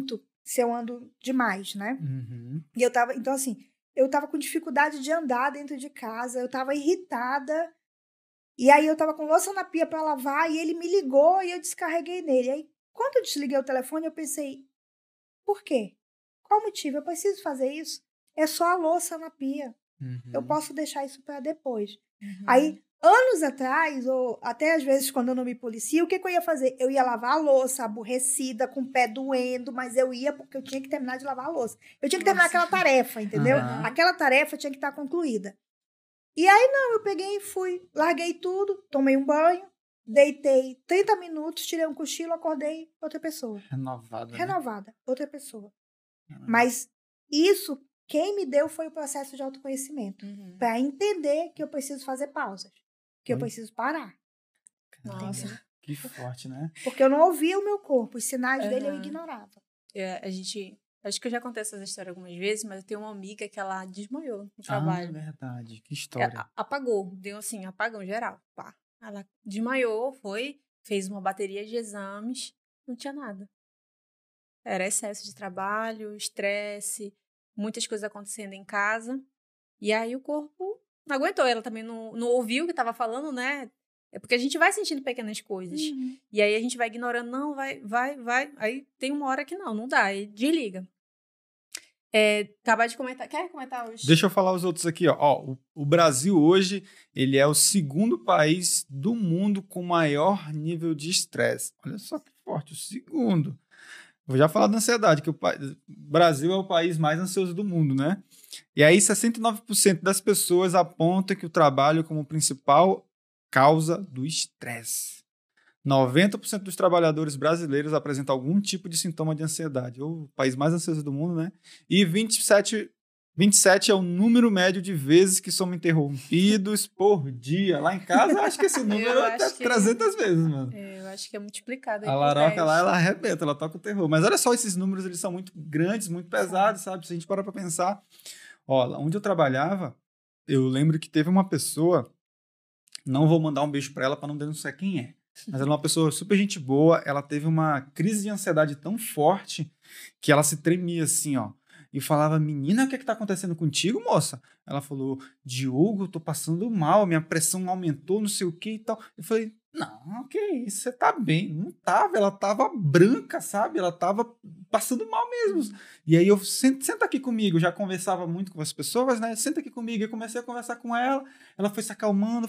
se eu ando demais, né? E eu tava, então assim, eu tava com dificuldade de andar dentro de casa, eu tava irritada, e aí eu tava com louça na pia para lavar, e ele me ligou e eu descarreguei nele. Aí, quando eu desliguei o telefone, eu pensei, por quê? Qual o motivo? Eu preciso fazer isso? É só a louça na pia. Eu posso deixar isso para depois. Aí, anos atrás, ou até às vezes quando eu não me policia, o que eu ia fazer? Eu ia lavar a louça, aborrecida, com o pé doendo, mas eu ia porque eu tinha que terminar de lavar a louça. Eu tinha que terminar aquela tarefa, entendeu? Aquela tarefa tinha que estar concluída. E aí, não, eu peguei e fui, larguei tudo, tomei um banho, deitei 30 minutos, tirei um cochilo, acordei, outra pessoa. Renovada, né? Outra pessoa. Mas isso, quem me deu foi o processo de autoconhecimento. Para entender que eu preciso fazer pausas. Que eu preciso parar. Nossa. Entendeu? Que forte, né? Porque eu não ouvia o meu corpo. Os sinais dele eu ignorava. Acho que eu já contei essa história algumas vezes, mas eu tenho uma amiga que ela desmaiou no trabalho. É verdade. Que história. Ela apagou. Deu assim, apagão geral. Pá. Ela desmaiou, fez uma bateria de exames. Não tinha nada. Era excesso de trabalho, estresse, muitas coisas acontecendo em casa. E aí o corpo não aguentou. Ela também não ouviu o que estava falando, né? É porque a gente vai sentindo pequenas coisas. E aí a gente vai ignorando. Não, vai. Aí tem uma hora que não dá. Aí desliga. Acabar de comentar. Quer comentar os... Deixa eu falar os outros aqui, ó. O Brasil hoje, ele é o segundo país do mundo com maior nível de estresse. Olha só que forte, o segundo. Vou já falar da ansiedade, que o Brasil é o país mais ansioso do mundo, né? E aí 69% das pessoas apontam que o trabalho como principal causa do estresse. 90% dos trabalhadores brasileiros apresentam algum tipo de sintoma de ansiedade. O país mais ansioso do mundo, né? E 27 é o número médio de vezes que somos interrompidos por dia. Lá em casa, eu acho que esse número é até 300 vezes, mano. Eu acho que é multiplicado. A Laroca lá, ela arrebenta, ela toca o terror. Mas olha só, esses números, eles são muito grandes, muito pesados, sabe? Se a gente parar pra pensar... Ó, onde eu trabalhava, eu lembro que teve uma pessoa... Não vou mandar um beijo pra ela pra não denunciar quem é. Mas ela é uma pessoa super gente boa. Ela teve uma crise de ansiedade tão forte que ela se tremia assim, ó. E falava, menina, o que tá acontecendo contigo, moça? Ela falou, Diogo, eu tô passando mal, minha pressão aumentou, não sei o que e tal. Eu falei, não, que isso, você tá bem. Não tava, ela tava branca, sabe? Ela tava passando mal mesmo. E aí eu, senta aqui comigo, já conversava muito com as pessoas, né? Senta aqui comigo. Eu comecei a conversar com ela, ela foi se acalmando.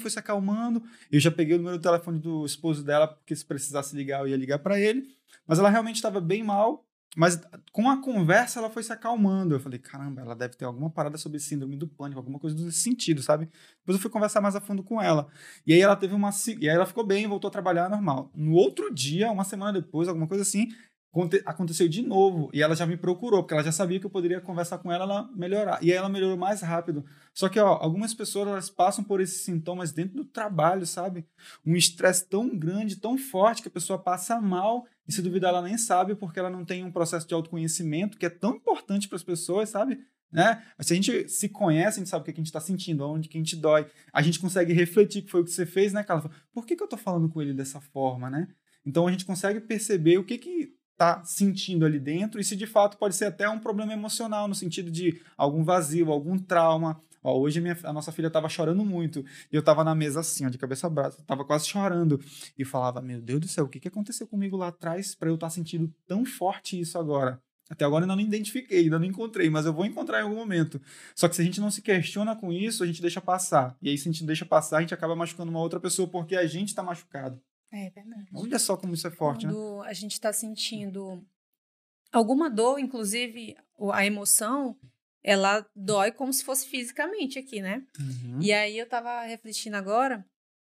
Eu já peguei o número do telefone do esposo dela, porque se precisasse ligar, eu ia ligar pra ele. Mas ela realmente estava bem mal. Mas com a conversa, ela foi se acalmando. Eu falei, caramba, ela deve ter alguma parada sobre síndrome do pânico, alguma coisa nesse sentido, sabe? Depois eu fui conversar mais a fundo com ela. E aí ela teve e aí ela ficou bem, voltou a trabalhar normal. No outro dia, uma semana depois, alguma coisa assim, aconteceu de novo. E ela já me procurou, porque ela já sabia que eu poderia conversar com ela melhorar. E aí ela melhorou mais rápido. Só que, ó, algumas pessoas, elas passam por esses sintomas dentro do trabalho, sabe? Um estresse tão grande, tão forte, que a pessoa passa mal. E se duvidar, ela nem sabe, porque ela não tem um processo de autoconhecimento que é tão importante para as pessoas, sabe? Né? Se a gente se conhece, a gente sabe o que a gente está sentindo, onde que a gente dói. A gente consegue refletir que foi o que você fez, né, Carla? Por que eu tô falando com ele dessa forma, né? Então a gente consegue perceber o que tá sentindo ali dentro e se de fato pode ser até um problema emocional, no sentido de algum vazio, algum trauma. Ó, hoje a nossa filha estava chorando muito e eu estava na mesa assim, ó, de cabeça aberta, estava quase chorando e falava, meu Deus do céu, o que aconteceu comigo lá atrás para eu estar sentindo tão forte isso agora? Até agora eu ainda não identifiquei, ainda não encontrei, mas eu vou encontrar em algum momento. Só que se a gente não se questiona com isso, a gente deixa passar. E aí se a gente deixa passar, a gente acaba machucando uma outra pessoa porque a gente está machucado. É verdade. Olha só como isso é forte, Quando a gente está sentindo alguma dor, inclusive a emoção, ela dói como se fosse fisicamente aqui, né? E aí eu tava refletindo agora,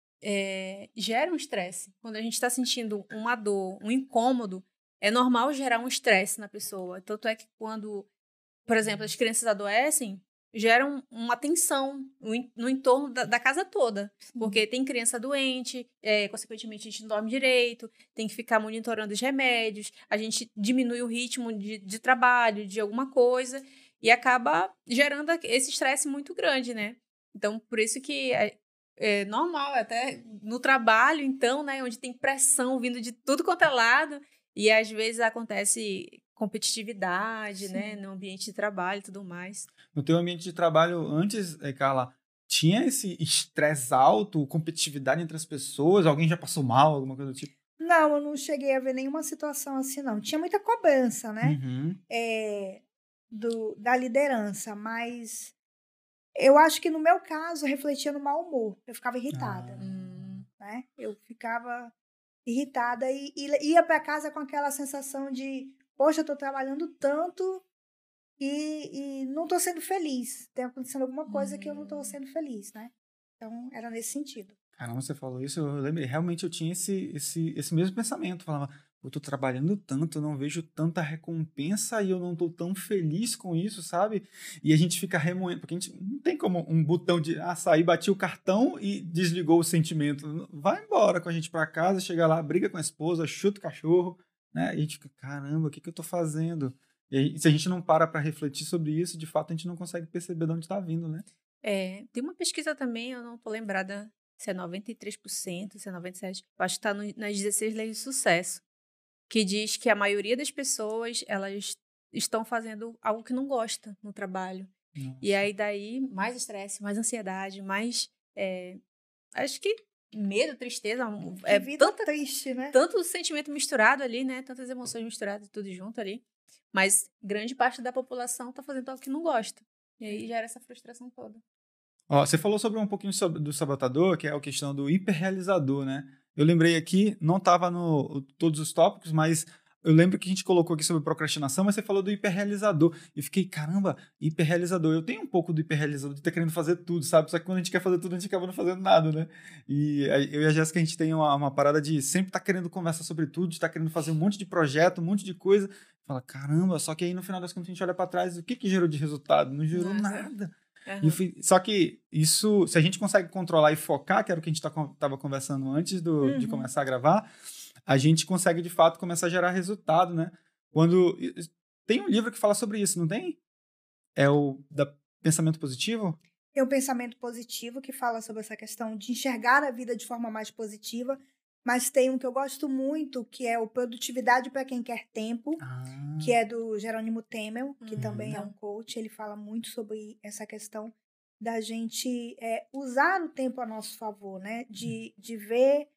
gera um estresse. Quando a gente tá sentindo uma dor, um incômodo, é normal gerar um estresse na pessoa. Tanto é que quando, por exemplo, as crianças adoecem, geram uma tensão no entorno da casa toda. Porque tem criança doente, consequentemente a gente não dorme direito, tem que ficar monitorando os remédios, a gente diminui o ritmo de trabalho, de alguma coisa, e acaba gerando esse estresse muito grande, né? Então, por isso que é normal, até no trabalho, então, né, onde tem pressão vindo de tudo quanto é lado, e às vezes acontece competitividade, né? No ambiente de trabalho e tudo mais. No teu ambiente de trabalho, antes, Carla, tinha esse estresse alto, competitividade entre as pessoas? Alguém já passou mal, alguma coisa do tipo? Não, eu não cheguei a ver nenhuma situação assim, não. Tinha muita cobrança, né? Da liderança, mas eu acho que no meu caso refletia no mau humor. Eu ficava irritada, né? Eu ficava irritada e ia para casa com aquela sensação de, poxa, eu tô trabalhando tanto e não tô sendo feliz. Tem acontecendo alguma coisa que eu não tô sendo feliz, né? Então, era nesse sentido. Caramba, você falou isso, eu lembrei. Realmente eu tinha esse mesmo pensamento. Falava, eu tô trabalhando tanto, eu não vejo tanta recompensa e eu não tô tão feliz com isso, sabe? E a gente fica remoendo, porque a gente não tem como um botão de sair, bati o cartão e desligou o sentimento. Vai embora com a gente para casa, chega lá, briga com a esposa, chuta o cachorro, né? E a gente fica, caramba, o que eu tô fazendo? E aí, se a gente não para refletir sobre isso, de fato a gente não consegue perceber de onde está vindo, né? Tem uma pesquisa também, eu não tô lembrada se é 93%, se é 97%, eu acho que está nas 16 leis de sucesso, que diz que a maioria das pessoas, elas estão fazendo algo que não gosta no trabalho. Nossa. E aí daí, mais estresse, mais ansiedade, mais, acho que medo, tristeza. Vida triste, né? Tanto sentimento misturado ali, né? Tantas emoções misturadas, tudo junto ali. Mas grande parte da população está fazendo algo que não gosta. E aí gera essa frustração toda. Ó, você falou sobre um pouquinho do sabotador, que é a questão do hiperrealizador, né? Eu lembrei aqui, não estava no todos os tópicos, mas eu lembro que a gente colocou aqui sobre procrastinação, mas você falou do hiperrealizador. E fiquei, caramba, hiperrealizador. Eu tenho um pouco do hiperrealizador, de estar querendo fazer tudo, sabe? Só que quando a gente quer fazer tudo, a gente acaba não fazendo nada, né? E eu e a Jéssica, a gente tem uma parada de sempre estar querendo conversar sobre tudo, de estar querendo fazer um monte de projeto, um monte de coisa. Fala, caramba, só que aí no final das contas a gente olha para trás, o que gerou de resultado? Não gerou nada. Só que isso, se a gente consegue controlar e focar, que era o que a gente estava conversando antes de começar a gravar, a gente consegue de fato começar a gerar resultado, né? Tem um livro que fala sobre isso, não tem? É o da Pensamento Positivo? Tem um pensamento positivo que fala sobre essa questão de enxergar a vida de forma mais positiva, mas tem um que eu gosto muito, que é o Produtividade para Quem Quer Tempo, que é do Jerônimo Temel, que também é um coach. Ele fala muito sobre essa questão da gente usar o tempo a nosso favor, né? De ver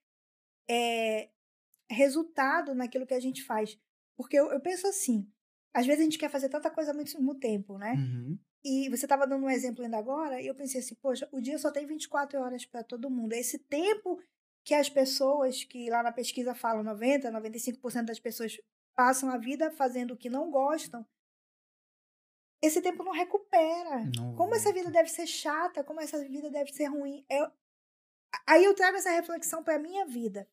resultado naquilo que a gente faz. Porque eu penso assim, às vezes a gente quer fazer tanta coisa ao mesmo tempo, né? E você estava dando um exemplo ainda agora, e eu pensei assim, poxa, o dia só tem 24 horas para todo mundo. Esse tempo que as pessoas, que lá na pesquisa falam 95% das pessoas passam a vida fazendo o que não gostam, esse tempo não recupera. Como essa vida deve ser chata, como essa vida deve ser ruim. Aí eu trago essa reflexão para a minha vida.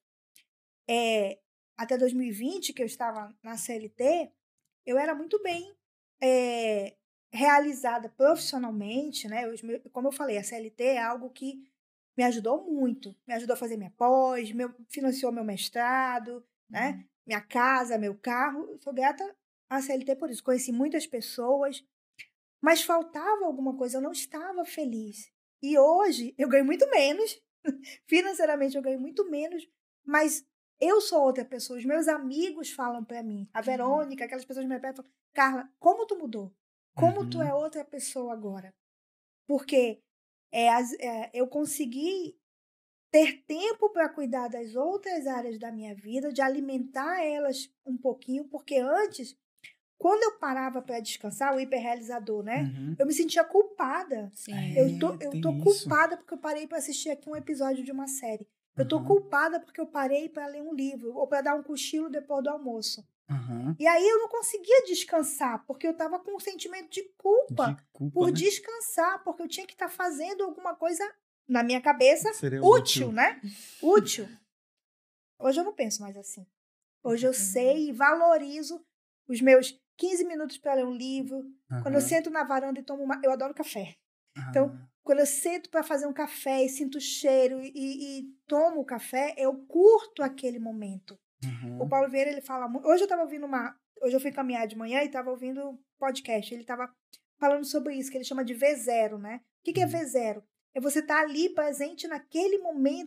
Até 2020, que eu estava na CLT, eu era muito bem realizada profissionalmente, né? Como eu falei, a CLT é algo que me ajudou muito. Me ajudou a fazer minha pós, financiou meu mestrado, né? Minha casa, meu carro. Eu sou grata à CLT por isso. Conheci muitas pessoas, mas faltava alguma coisa. Eu não estava feliz. E hoje eu ganho muito menos. Financeiramente eu ganho muito menos, mas eu sou outra pessoa. Os meus amigos falam para mim. A Verônica, aquelas pessoas me repetem, falam, Carla, como tu mudou? Como tu é outra pessoa agora? Porque eu consegui ter tempo para cuidar das outras áreas da minha vida, de alimentar elas um pouquinho, porque antes, quando eu parava para descansar, o hiperrealizador, né? Eu me sentia culpada. Sim. Eu tô culpada porque eu parei para assistir aqui um episódio de uma série. Eu tô culpada porque eu parei para ler um livro ou para dar um cochilo depois do almoço. E aí eu não conseguia descansar, porque eu estava com um sentimento de culpa por né? descansar, porque eu tinha que estar fazendo alguma coisa, na minha cabeça, útil, né? Útil. Hoje eu não penso mais assim. Hoje eu sei e valorizo os meus 15 minutos para ler um livro. Quando eu sento na varanda e tomo eu adoro café. Então, quando eu sento para fazer um café e sinto o cheiro e tomo o café, eu curto aquele momento. O Paulo Vieira, ele fala muito. Hoje eu fui caminhar de manhã e estava ouvindo podcast. Ele estava falando sobre isso, que ele chama de V0, né? O que é V0? É você estar ali presente naquele momento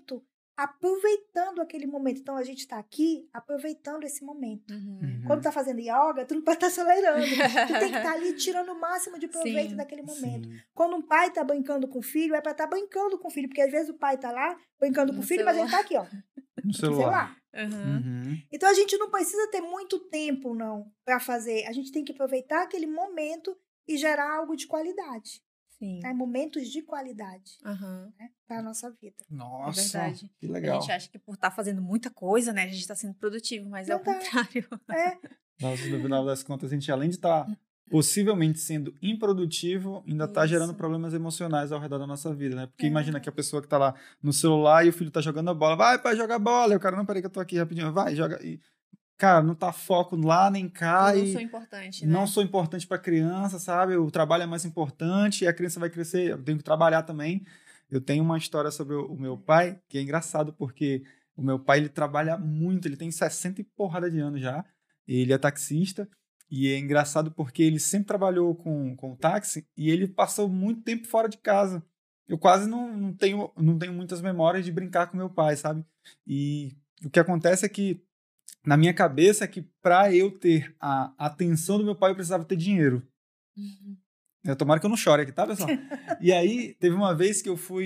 aproveitando aquele momento. Então, a gente está aqui aproveitando esse momento. Uhum. Quando tá fazendo yoga, tu não pode estar acelerando. Tu tem que estar ali tirando o máximo de proveito daquele momento. Sim. Quando um pai tá brincando com o filho, é para estar brincando com o filho. Porque às vezes o pai tá lá brincando com o filho, mas ele tá aqui, ó. No celular. Uhum. Então, a gente não precisa ter muito tempo, não, para fazer. A gente tem que aproveitar aquele momento e gerar algo de qualidade. Sim. Né? Momentos de qualidade, Uhum. né? Para a nossa vida. Nossa, É verdade. que legal. A gente acha que por estar fazendo muita coisa, né, a gente está sendo produtivo, mas é o Verdade. contrário. É, Nossa, no final das contas, a gente, além de estar possivelmente sendo improdutivo, ainda está gerando Isso. problemas emocionais ao redor da nossa vida, né? Porque É imagina verdade. que a pessoa que tá lá no celular e o filho tá jogando a bola, vai, pai, jogar bola. E o cara, não, peraí que eu tô aqui rapidinho, vai, joga. E, cara, não tá foco lá nem cá. Eu não e sou importante, né? não sou importante pra criança, sabe? O trabalho é mais importante e a criança vai crescer. Eu tenho que trabalhar também. Eu tenho uma história sobre o meu pai, que é engraçado, porque o meu pai, ele trabalha muito, ele tem 60 e porrada de anos já. Ele é taxista. E é engraçado porque ele sempre trabalhou com táxi e ele passou muito tempo fora de casa. Eu quase não tenho muitas memórias de brincar com meu pai, sabe? E o que acontece é que, na minha cabeça, é que para eu ter a atenção do meu pai, eu precisava ter dinheiro. Tomara que eu não chore aqui, tá, pessoal? E aí, teve uma vez que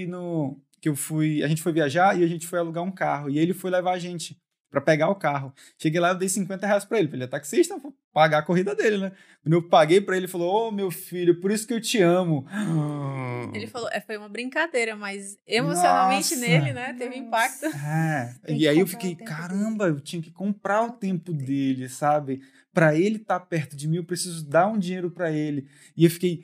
a gente foi viajar e a gente foi alugar um carro. E ele foi levar a gente pra pegar o carro. Cheguei lá, eu dei R$50 pra ele. Ele é taxista, vou pagar a corrida dele, né? Quando eu paguei pra ele, ele falou, ô, meu filho, por isso que eu te amo. Ele falou, foi uma brincadeira, mas emocionalmente Nossa. nele, né, teve impacto. Tem E que aí eu comprar fiquei, o tempo caramba, eu tinha que comprar o tempo dele, sabe? Pra ele estar perto de mim, eu preciso dar um dinheiro pra ele. E eu fiquei,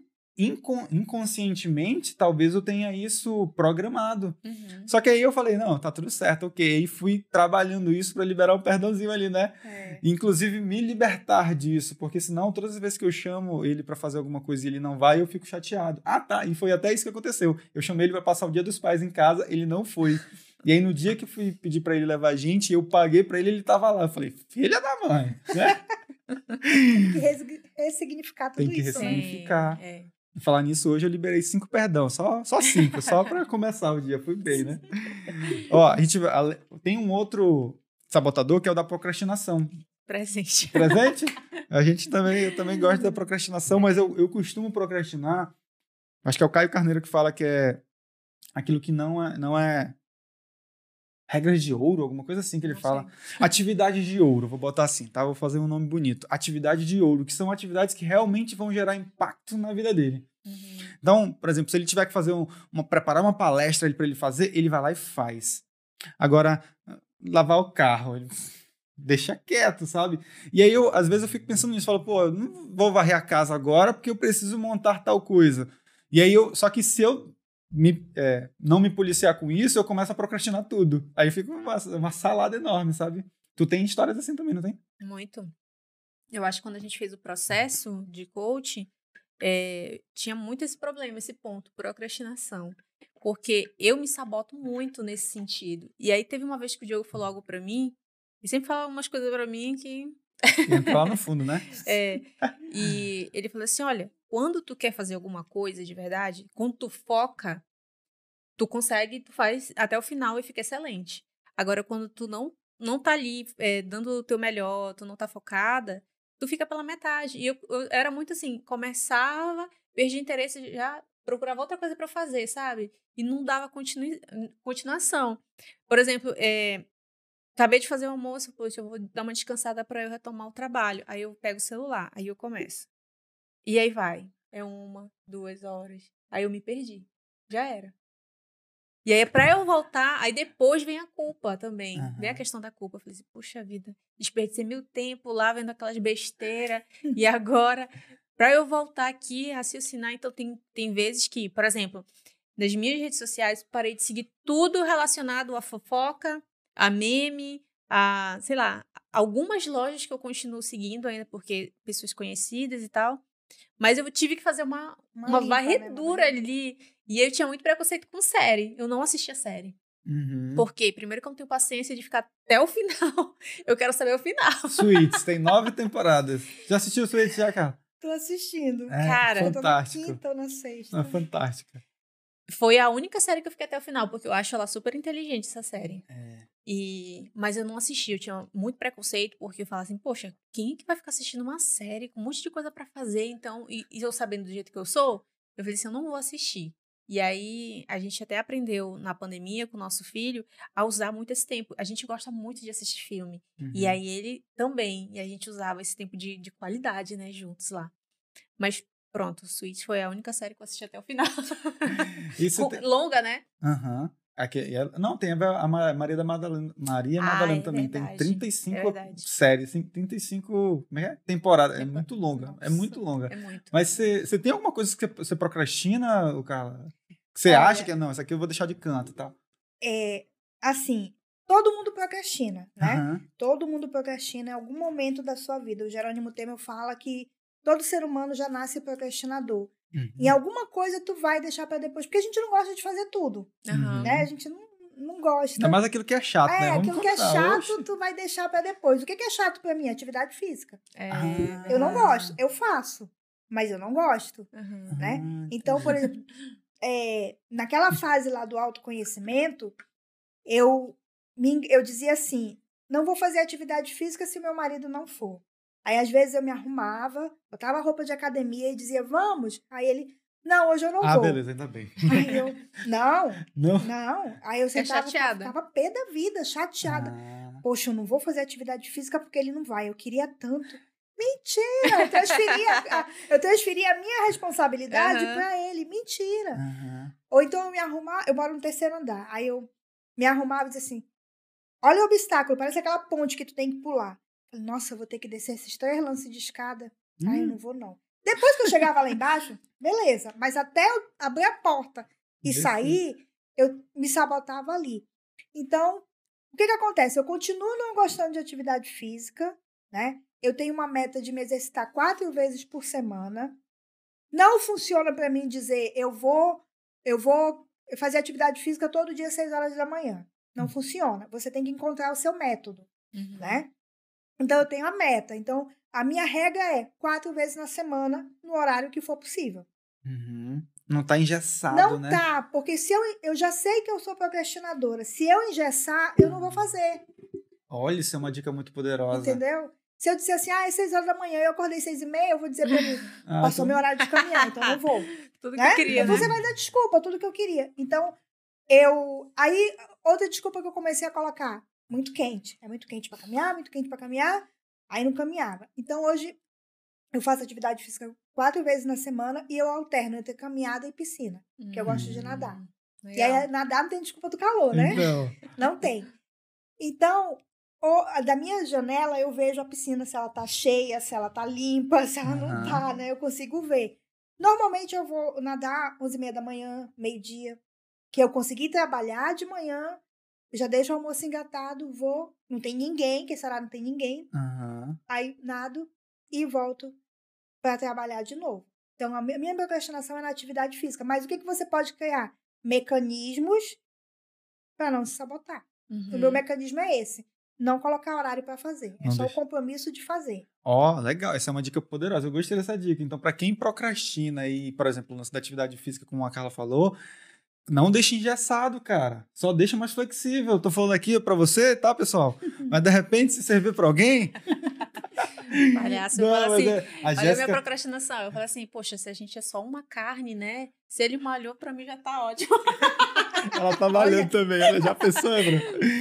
inconscientemente, talvez eu tenha isso programado. Uhum. Só que aí eu falei, não, tá tudo certo, ok. E fui trabalhando isso pra liberar um perdãozinho ali, né? É. Inclusive me libertar disso, porque senão todas as vezes que eu chamo ele pra fazer alguma coisa e ele não vai, eu fico chateado. Ah, tá, e foi até isso que aconteceu. Eu chamei ele pra passar o Dia dos Pais em casa, ele não foi. E aí no dia que eu fui pedir pra ele levar a gente, eu paguei pra ele, ele tava lá. Eu falei, filha da mãe, né? Tem que ressignificar tudo Tem que isso, né? ressignificar. É. E falar nisso, hoje eu liberei 5 perdão, só 5, só pra começar o dia, fui bem, né? Ó, a gente tem um outro sabotador que é o da procrastinação. Presente. Presente? Eu também gosto da procrastinação, mas eu costumo procrastinar. Acho que é o Caio Carneiro que fala que é aquilo que não é regras de ouro, alguma coisa assim que ele Não fala. sei. Atividades de ouro, vou botar assim, tá? Vou fazer um nome bonito. Atividade de ouro, que são atividades que realmente vão gerar impacto na vida dele. Uhum. Então, por exemplo, se ele tiver que fazer preparar uma palestra para ele fazer, ele vai lá e faz. Agora, lavar o carro, ele deixa quieto, sabe? E aí, às vezes eu fico pensando nisso, falo, pô, eu não vou varrer a casa agora porque eu preciso montar tal coisa. E aí, só que se eu não me policiar com isso, eu começo a procrastinar tudo. Aí fica uma salada enorme, sabe? Tu tem histórias assim também, não tem? Muito. Eu acho que quando a gente fez o processo de coaching, tinha muito esse problema, esse ponto, procrastinação. Porque eu me saboto muito nesse sentido. E aí teve uma vez que o Diogo falou algo pra mim, e sempre fala umas coisas pra mim que... Entra lá no fundo, né? E ele falou assim, olha, quando tu quer fazer alguma coisa de verdade, quando tu foca, tu consegue, tu faz até o final e fica excelente. Agora, quando tu não tá ali dando o teu melhor, tu não tá focada, tu fica pela metade. E eu era muito assim, começava, perdi interesse, já procurava outra coisa pra fazer, sabe? E não dava continuação. Por exemplo, acabei de fazer o almoço, poxa, eu vou dar uma descansada pra eu retomar o trabalho. Aí eu pego o celular, aí eu começo. E aí vai. 1, 2 horas. Aí eu me perdi. Já era. E aí, pra eu voltar, aí depois vem a culpa também. Uhum. Vem a questão da culpa. Eu falei assim, puxa vida, desperdicei meu tempo lá vendo aquelas besteiras. E agora, pra eu voltar aqui, raciocinar, então tem vezes que, por exemplo, nas minhas redes sociais, parei de seguir tudo relacionado à fofoca, a meme, a, sei lá, algumas lojas que eu continuo seguindo ainda, porque pessoas conhecidas e tal. Mas eu tive que fazer uma limpa, varredura, né? ali. E eu tinha muito preconceito com série. Eu não assistia série. Uhum. Por quê? Primeiro que eu não tenho paciência de ficar até o final. Eu quero saber o final. Suits, tem 9 temporadas. Já assistiu Suits já, cara? Tô assistindo. É, Cara, Eu tô na fantástico. quinta ou na sexta. É fantástica. Foi a única série que eu fiquei até o final, porque eu acho ela super inteligente, essa série. É. Mas eu não assisti, eu tinha muito preconceito, porque eu falava assim, poxa, quem é que vai ficar assistindo uma série com um monte de coisa pra fazer, então, e eu sabendo do jeito que eu sou, eu falei assim, eu não vou assistir. E aí, a gente até aprendeu na pandemia com o nosso filho a usar muito esse tempo. A gente gosta muito de assistir filme. E aí, ele também. E a gente usava esse tempo de qualidade, né, juntos lá. Mas pronto, Suits foi a única série que eu assisti até o final. Longa, né? Aham. Não, tem a Maria Madalena. Maria Madalena também. Verdade, Tem 35 séries, 35 temporadas. É muito longa. Nossa, é muito longa. É muito. Mas você tem alguma coisa que você procrastina, Carla? Que você acha que não, essa aqui eu vou deixar de canto e tal? Assim, todo mundo procrastina, né? Uhum. Todo mundo procrastina em algum momento da sua vida. O Jerônimo Temer fala que todo ser humano já nasce procrastinador. Uhum. E alguma coisa tu vai deixar pra depois, porque a gente não gosta de fazer tudo, né? A gente não gosta. É mais aquilo que é chato, né? Aquilo que é chato, tu vai deixar pra depois. O que é chato pra mim? Atividade física. Eu não gosto, eu faço, mas eu não gosto, né? Então, por exemplo, naquela fase lá do autoconhecimento, eu dizia assim, não vou fazer atividade física se meu marido não for. Aí, às vezes, eu me arrumava, botava roupa de academia e dizia, vamos? Aí ele, não, hoje eu não vou. Ah, beleza, ainda bem. Aí eu, não. Aí eu sentava, chateada. ficava pé da vida, chateada. Poxa, eu não vou fazer atividade física porque ele não vai, eu queria tanto. Mentira, eu transferia a minha responsabilidade pra ele, mentira. Ou então eu me arrumava, eu moro no 3º andar, aí eu me arrumava e dizia assim, olha o obstáculo, parece aquela ponte que tu tem que pular. Nossa, eu vou ter que descer esses 3 lances de escada. Aí eu não vou, não. Depois que eu chegava lá embaixo, beleza. Mas até eu abrir a porta e sair, eu me sabotava ali. Então, o que acontece? Eu continuo não gostando de atividade física, né? Eu tenho uma meta de me exercitar 4 vezes por semana. Não funciona para mim dizer, eu vou fazer atividade física todo dia às 6 horas da manhã. Não funciona. Você tem que encontrar o seu método, né? Então, eu tenho a meta. Então, a minha regra é 4 vezes na semana, no horário que for possível. Não tá engessado, não, né? Não tá, porque se eu já sei que eu sou procrastinadora. Se eu engessar, eu não vou fazer. Olha, isso é uma dica muito poderosa. Entendeu? Se eu disser assim, é 6 horas da manhã, eu acordei 6h30, eu vou dizer pra mim, passou meu horário de caminhar, então eu não vou. Tudo que eu queria, então, você vai dar desculpa, tudo que eu queria. Então, aí, outra desculpa que eu comecei a colocar, muito quente. É muito quente pra caminhar, muito quente pra caminhar. Aí não caminhava. Então, hoje, eu faço atividade física 4 vezes na semana e eu alterno entre caminhada e piscina, que eu gosto de nadar. Legal. E aí, nadar não tem desculpa do calor, né? Não tem. Então, da minha janela, eu vejo a piscina, se ela tá cheia, se ela tá limpa, se ela não tá, né? Eu consigo ver. Normalmente, eu vou nadar 11h30 da manhã, meio-dia, que eu consegui trabalhar de manhã, já deixo o almoço engatado, vou, não tem ninguém, que esse horário não tem ninguém. Aí nado e volto para trabalhar de novo. Então, a minha procrastinação é na atividade física. Mas o que você pode criar? Mecanismos para não se sabotar. O meu mecanismo é esse. Não colocar horário para fazer. É só o compromisso de fazer. Legal. Essa é uma dica poderosa. Eu gostei dessa dica. Então, para quem procrastina e, por exemplo, na atividade física, como a Carla falou, não deixa engessado, cara. Só deixa mais flexível. Tô falando aqui pra você, tá, pessoal? Mas, de repente, se servir pra alguém... Palhaço, eu falo assim, olha a minha procrastinação. Eu falo assim, poxa, se a gente é só uma carne, né? Se ele malhou, pra mim já tá ótimo. Ela tá malhando também, ela já pensou, Bruno?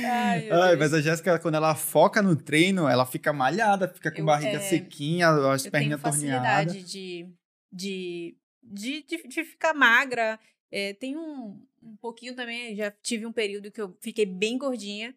Mas a Jéssica, quando ela foca no treino, ela fica malhada, fica com barriga sequinha, as perninhas torneadas. Eu tenho facilidade de ficar magra. Tem um pouquinho também, já tive um período que eu fiquei bem gordinha,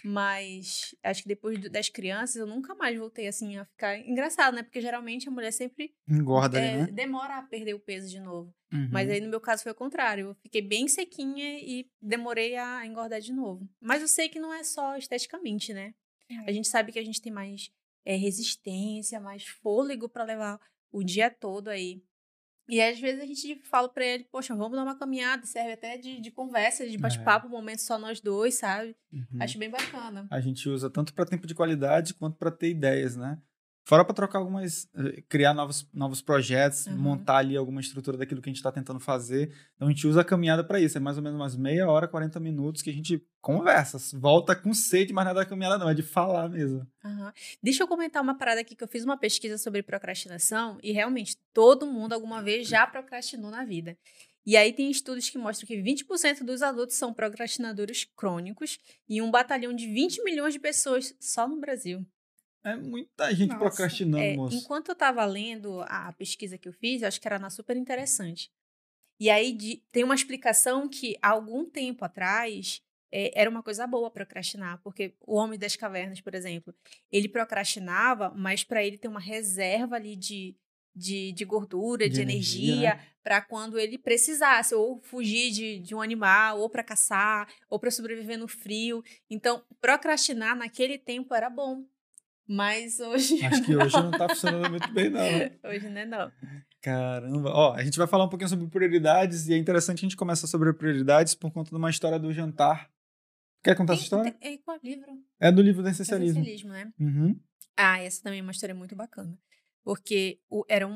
mas acho que depois das crianças eu nunca mais voltei assim a ficar engraçado, né? Porque geralmente a mulher sempre engorda, né? Demora a perder o peso de novo. Mas aí no meu caso foi o contrário. Eu fiquei bem sequinha e demorei a engordar de novo. Mas eu sei que não é só esteticamente, né? A gente sabe que a gente tem mais resistência, mais fôlego para levar o dia todo aí. E às vezes a gente fala pra ele, poxa, vamos dar uma caminhada, serve até de conversa, de bate-papo, um momento só nós dois, sabe? Acho bem bacana. A gente usa tanto para tempo de qualidade quanto para ter ideias, né? Fora para trocar criar novos projetos, montar ali alguma estrutura daquilo que a gente está tentando fazer. Então, a gente usa a caminhada para isso. É mais ou menos umas meia hora, 40 minutos que a gente conversa. Volta com sede, mas não é da caminhada não, é de falar mesmo. Deixa eu comentar uma parada aqui, que eu fiz uma pesquisa sobre procrastinação e realmente todo mundo alguma vez já procrastinou na vida. E aí tem estudos que mostram que 20% dos adultos são procrastinadores crônicos e um batalhão de 20 milhões de pessoas só no Brasil. É muita gente procrastinando, moço. Enquanto eu estava lendo a pesquisa que eu fiz, eu acho que era super interessante. E aí tem uma explicação que há algum tempo atrás era uma coisa boa procrastinar, porque o Homem das Cavernas, por exemplo, ele procrastinava, mas para ele ter uma reserva ali de gordura, de energia, né? Para quando ele precisasse, ou fugir de um animal, ou para caçar, ou para sobreviver no frio. Então, procrastinar naquele tempo era bom. Mas hoje... Acho que hoje não tá funcionando muito bem, não. Hoje não. Caramba. Ó, a gente vai falar um pouquinho sobre prioridades e é interessante a gente começar sobre prioridades por conta de uma história do jantar. Quer contar essa história? Qual livro? É do livro do Essencialismo. Essencialismo, né? Uhum. Essa também é uma história muito bacana. Porque era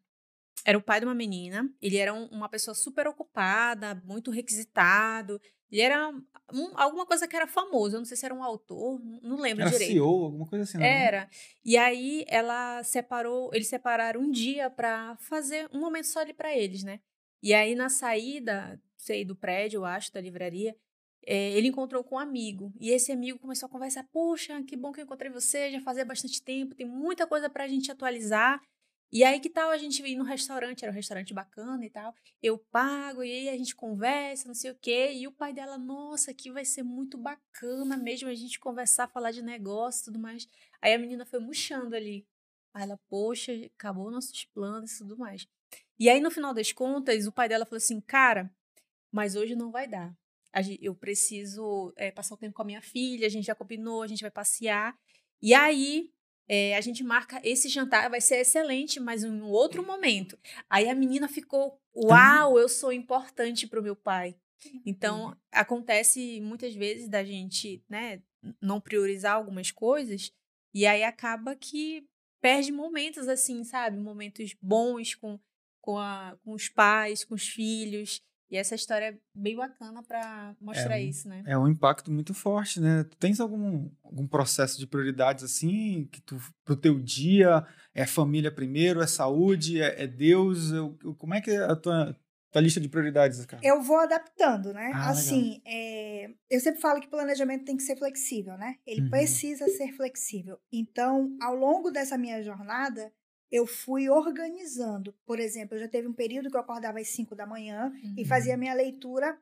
o pai de uma menina, ele era uma pessoa super ocupada, muito requisitado. Ele era alguma coisa que era famoso, eu não sei se era um autor, não lembro direito. Era CEO, alguma coisa assim. Não era. E aí eles separaram um dia pra fazer um momento só ali pra eles, né? E aí na saída, do prédio, eu acho, da livraria, ele encontrou com um amigo. E esse amigo começou a conversar, poxa, que bom que eu encontrei você, já fazia bastante tempo, tem muita coisa pra gente atualizar. E aí, que tal a gente ir no restaurante? Era um restaurante bacana e tal. Eu pago, e aí a gente conversa, não sei o quê. E o pai dela, nossa, aqui vai ser muito bacana mesmo a gente conversar, falar de negócio e tudo mais. Aí a menina foi murchando ali. Aí ela, poxa, acabou nossos planos e tudo mais. E aí, no final das contas, o pai dela falou assim, cara, mas hoje não vai dar. Eu preciso passar o tempo com a minha filha, a gente já combinou, a gente vai passear. E aí... a gente marca esse jantar, vai ser excelente, mas em um outro momento. Aí a menina ficou, uau, eu sou importante para o meu pai. Então, acontece muitas vezes da gente, né, não priorizar algumas coisas, e aí acaba que perde momentos assim, sabe? Momentos bons com os pais, com os filhos. E essa história é bem bacana para mostrar isso, né? É um impacto muito forte, né? Tu tens algum processo de prioridades assim, que pro teu dia é família primeiro, é saúde, é Deus? Como é que é a tua lista de prioridades, cara? Eu vou adaptando, né? Assim, eu sempre falo que planejamento tem que ser flexível, né? Ele precisa ser flexível. Então, ao longo dessa minha jornada, eu fui organizando. Por exemplo, eu já teve um período que eu acordava às 5 da manhã e fazia minha leitura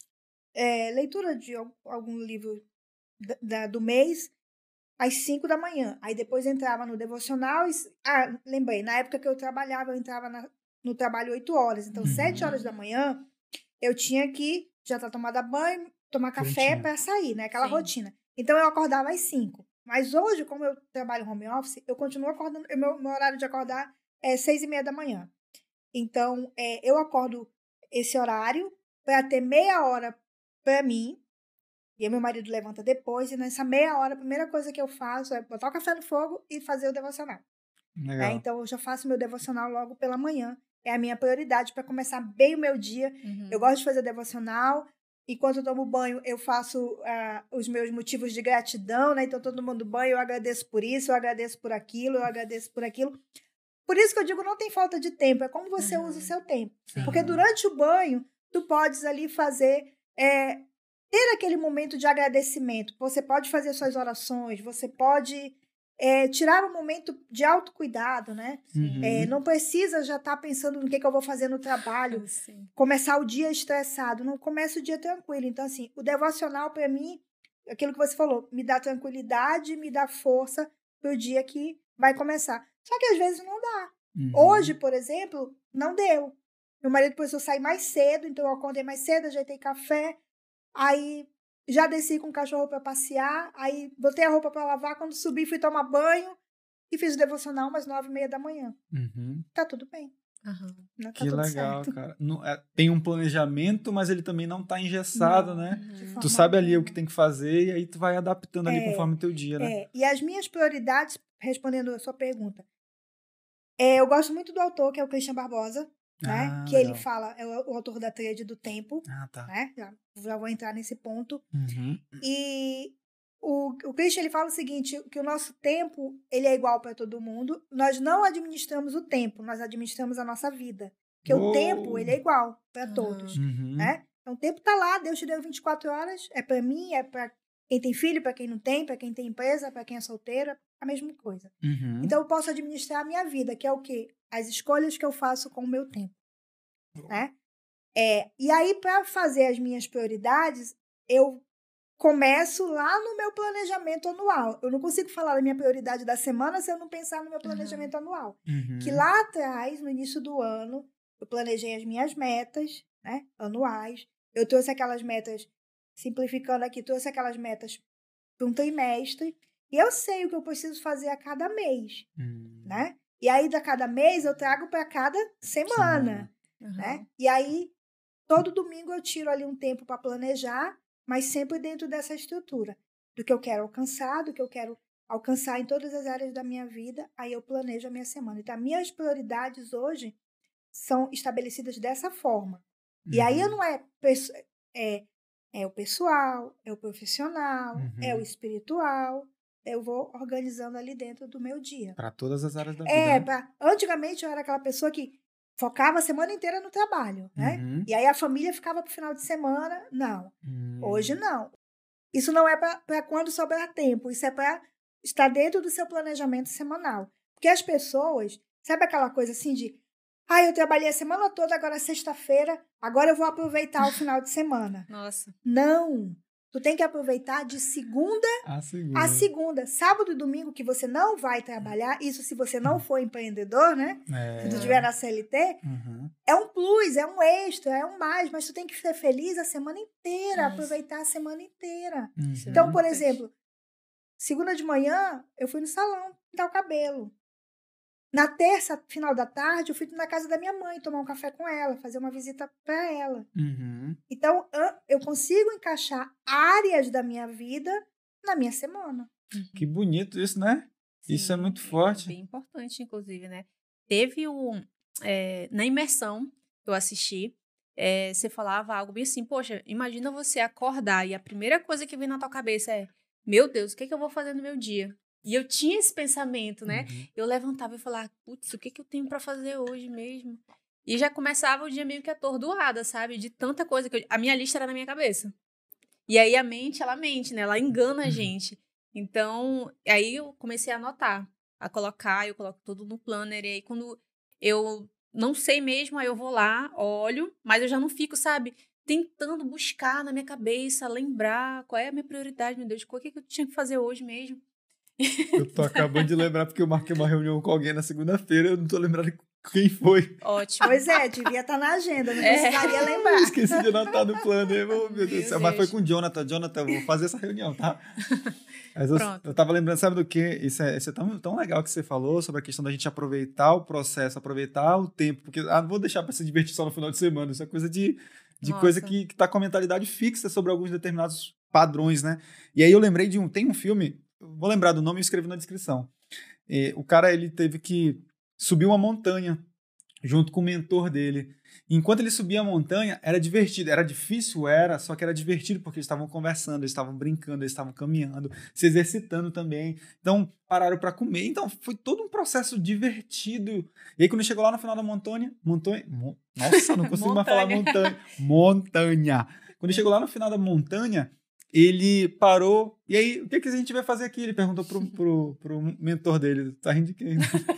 de algum livro do mês às 5 da manhã. Aí depois entrava no devocional e... lembrei, na época que eu trabalhava, eu entrava no trabalho 8 horas. Então, 7 horas da manhã, eu tinha que já estar tomada banho, tomar café para sair, né? Aquela rotina. Então, eu acordava às 5. Mas hoje, como eu trabalho home office, eu continuo acordando, meu horário de acordar é 6:30 da manhã. Então, eu acordo esse horário para ter meia hora para mim, e meu marido levanta depois, e nessa meia hora, a primeira coisa que eu faço é botar o café no fogo e fazer o devocional. Então, eu já faço meu devocional logo pela manhã. É a minha prioridade para começar bem o meu dia. Eu gosto de fazer devocional. Enquanto eu tomo banho, eu faço os meus motivos de gratidão, né? Então, todo mundo banho, eu agradeço por isso, eu agradeço por aquilo, eu agradeço por aquilo. Por isso que eu digo, não tem falta de tempo, é como você usa o seu tempo. Porque durante o banho, tu podes ali fazer, ter aquele momento de agradecimento. Você pode fazer suas orações, você pode tirar um momento de autocuidado, né? Não precisa já estar pensando no que eu vou fazer no trabalho, começar o dia estressado, não começa o dia tranquilo. Então, assim, o devocional, para mim, aquilo que você falou, me dá tranquilidade, me dá força para o dia que vai começar. Só que às vezes não dá. Hoje, por exemplo, não deu. Meu marido precisou sair mais cedo, então eu acordei mais cedo, ajeitei café, aí já desci com o cachorro para passear, aí botei a roupa para lavar, quando subi fui tomar banho e fiz o devocional umas 9:30 da manhã. Tá tudo bem. Tá que tudo legal, certo. cara. Tem um planejamento, mas ele também não tá engessado, né? Tu sabe ali o que tem que fazer e aí tu vai adaptando ali conforme o teu dia, né? E as minhas prioridades respondendo a sua pergunta. Eu gosto muito do autor, que é o Christian Barbosa, né? Que legal. ele fala, é o autor da Tríade do Tempo, Tá. né? Já vou entrar nesse ponto. Uhum. E o Christian, ele fala o seguinte, que o nosso tempo, ele é igual para todo mundo. Nós não administramos o tempo, nós administramos a nossa vida. Porque o tempo, ele é igual para todos, né? Então, o tempo tá lá, Deus te deu 24 horas, é para mim, é para quem tem filho, para quem não tem, para quem tem empresa, para quem é solteiro, a mesma coisa. Então, eu posso administrar a minha vida, que é o quê? As escolhas que eu faço com o meu tempo, né? E aí, para fazer as minhas prioridades, eu começo lá no meu planejamento anual. Eu não consigo falar da minha prioridade da semana se eu não pensar no meu planejamento anual. Que lá atrás, no início do ano, eu planejei as minhas metas, né, anuais. Eu trouxe aquelas metas, simplificando aqui, trouxe aquelas metas para um trimestre. E eu sei o que eu preciso fazer a cada mês, né? E aí, da cada mês, eu trago para cada semana, né? E aí, todo domingo eu tiro ali um tempo para planejar, mas sempre dentro dessa estrutura. Do que eu quero alcançar, do que eu quero alcançar em todas as áreas da minha vida, aí eu planejo a minha semana. Então, minhas prioridades hoje são estabelecidas dessa forma. E aí, não é o pessoal, é o profissional, é o espiritual. Eu vou organizando ali dentro do meu dia. Para todas as áreas da vida. Antigamente, eu era aquela pessoa que focava a semana inteira no trabalho, né? E aí a família ficava pro final de semana. Não. Hoje, não. Isso não é para quando sobrar tempo. Isso é para estar dentro do seu planejamento semanal. Porque as pessoas, sabe aquela coisa assim de eu trabalhei a semana toda, agora é sexta-feira, agora eu vou aproveitar o final de semana. Nossa. Não. Tu tem que aproveitar de segunda a segunda. Sábado e domingo que você não vai trabalhar, isso se você não for empreendedor, né? Se tu estiver na CLT, é um plus, é um extra, é um mais, mas tu tem que ser feliz a semana inteira, aproveitar a semana inteira. Então, por exemplo, segunda de manhã, eu fui no salão pintar o cabelo. Na terça, final da tarde, eu fui na casa da minha mãe tomar um café com ela, fazer uma visita para ela. Então, eu consigo encaixar áreas da minha vida na minha semana. Que bonito isso, né? Sim, isso é muito forte. É bem importante, inclusive, né? Teve na imersão que eu assisti, você falava algo bem assim, poxa, imagina você acordar e a primeira coisa que vem na tua cabeça é, meu Deus, o que eu vou fazer no meu dia? E eu tinha esse pensamento, né? Eu levantava e falava, putz, o que eu tenho pra fazer hoje mesmo? E já começava o dia meio que atordoada, sabe? De tanta coisa que a minha lista era na minha cabeça. E aí a mente, ela mente, né? Ela engana a gente. Então, aí eu comecei a anotar, a colocar, eu coloco tudo no planner. E aí quando eu não sei mesmo, aí eu vou lá, olho, mas eu já não fico, sabe? Tentando buscar na minha cabeça, lembrar qual é a minha prioridade, meu Deus, o que eu tinha que fazer hoje mesmo. Eu tô acabando de lembrar porque eu marquei uma reunião com alguém na segunda-feira, eu não tô lembrando quem foi. Ótimo. Pois devia estar na agenda, não precisaria lembrar. Eu esqueci de anotar no plano, meu Deus do céu. Mas foi com o Jonathan, eu vou fazer essa reunião, tá? Mas eu tava lembrando, sabe do quê? Isso é tão legal que você falou sobre a questão da gente aproveitar o processo, aproveitar o tempo, porque não vou deixar pra se divertir só no final de semana, isso é coisa de coisa que tá com a mentalidade fixa sobre alguns determinados padrões, né? E aí eu lembrei tem um filme, vou lembrar do nome e escrevi na descrição. O cara, ele teve que subir uma montanha junto com o mentor dele. E enquanto ele subia a montanha, era divertido. Era difícil, só que era divertido porque eles estavam conversando, eles estavam brincando, eles estavam caminhando, se exercitando também. Então, pararam para comer. Então, foi todo um processo divertido. E aí, quando ele chegou lá no final da montanha... Nossa, não consigo mais falar montanha. Quando ele chegou lá no final da montanha, ele parou. E aí, o que a gente vai fazer aqui? Ele perguntou pro mentor dele. Tá rindo de quem?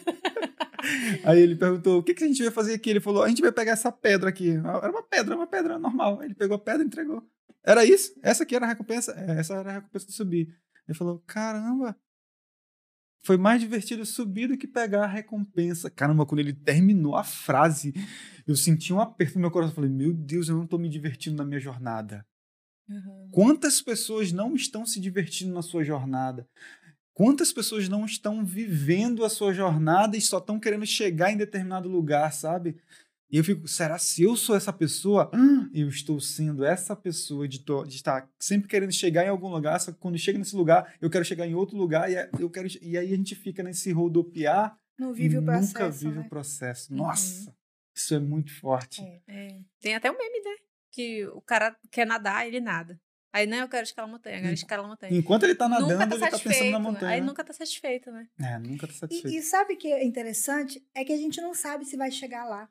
Aí ele perguntou, o que a gente vai fazer aqui? Ele falou, a gente vai pegar essa pedra aqui. Era uma pedra normal. Ele pegou a pedra e entregou. Era isso? Essa aqui era a recompensa? Essa era a recompensa de subir. Ele falou, caramba, foi mais divertido subir do que pegar a recompensa. Caramba, quando ele terminou a frase, eu senti um aperto no meu coração. Eu falei, meu Deus, eu não tô me divertindo na minha jornada. Quantas pessoas não estão se divertindo na sua jornada? Quantas pessoas não estão vivendo a sua jornada e só estão querendo chegar em determinado lugar, sabe? E eu fico, será se eu sou essa pessoa? Eu estou sendo essa pessoa de estar sempre querendo chegar em algum lugar, só que quando chega nesse lugar, eu quero chegar em outro lugar, e aí a gente fica nesse rodopiar Não e vive o processo, nunca vive né? o processo. Nossa, isso é muito forte. Tem até um meme, né? Que o cara quer nadar, ele nada. Aí, não, eu quero escalar a montanha, agora escala a montanha. Enquanto ele tá nadando, Nunca tá ele tá pensando na satisfeito, montanha. Aí nunca tá satisfeito, né? Nunca tá satisfeito. E sabe o que é interessante? É que a gente não sabe se vai chegar lá.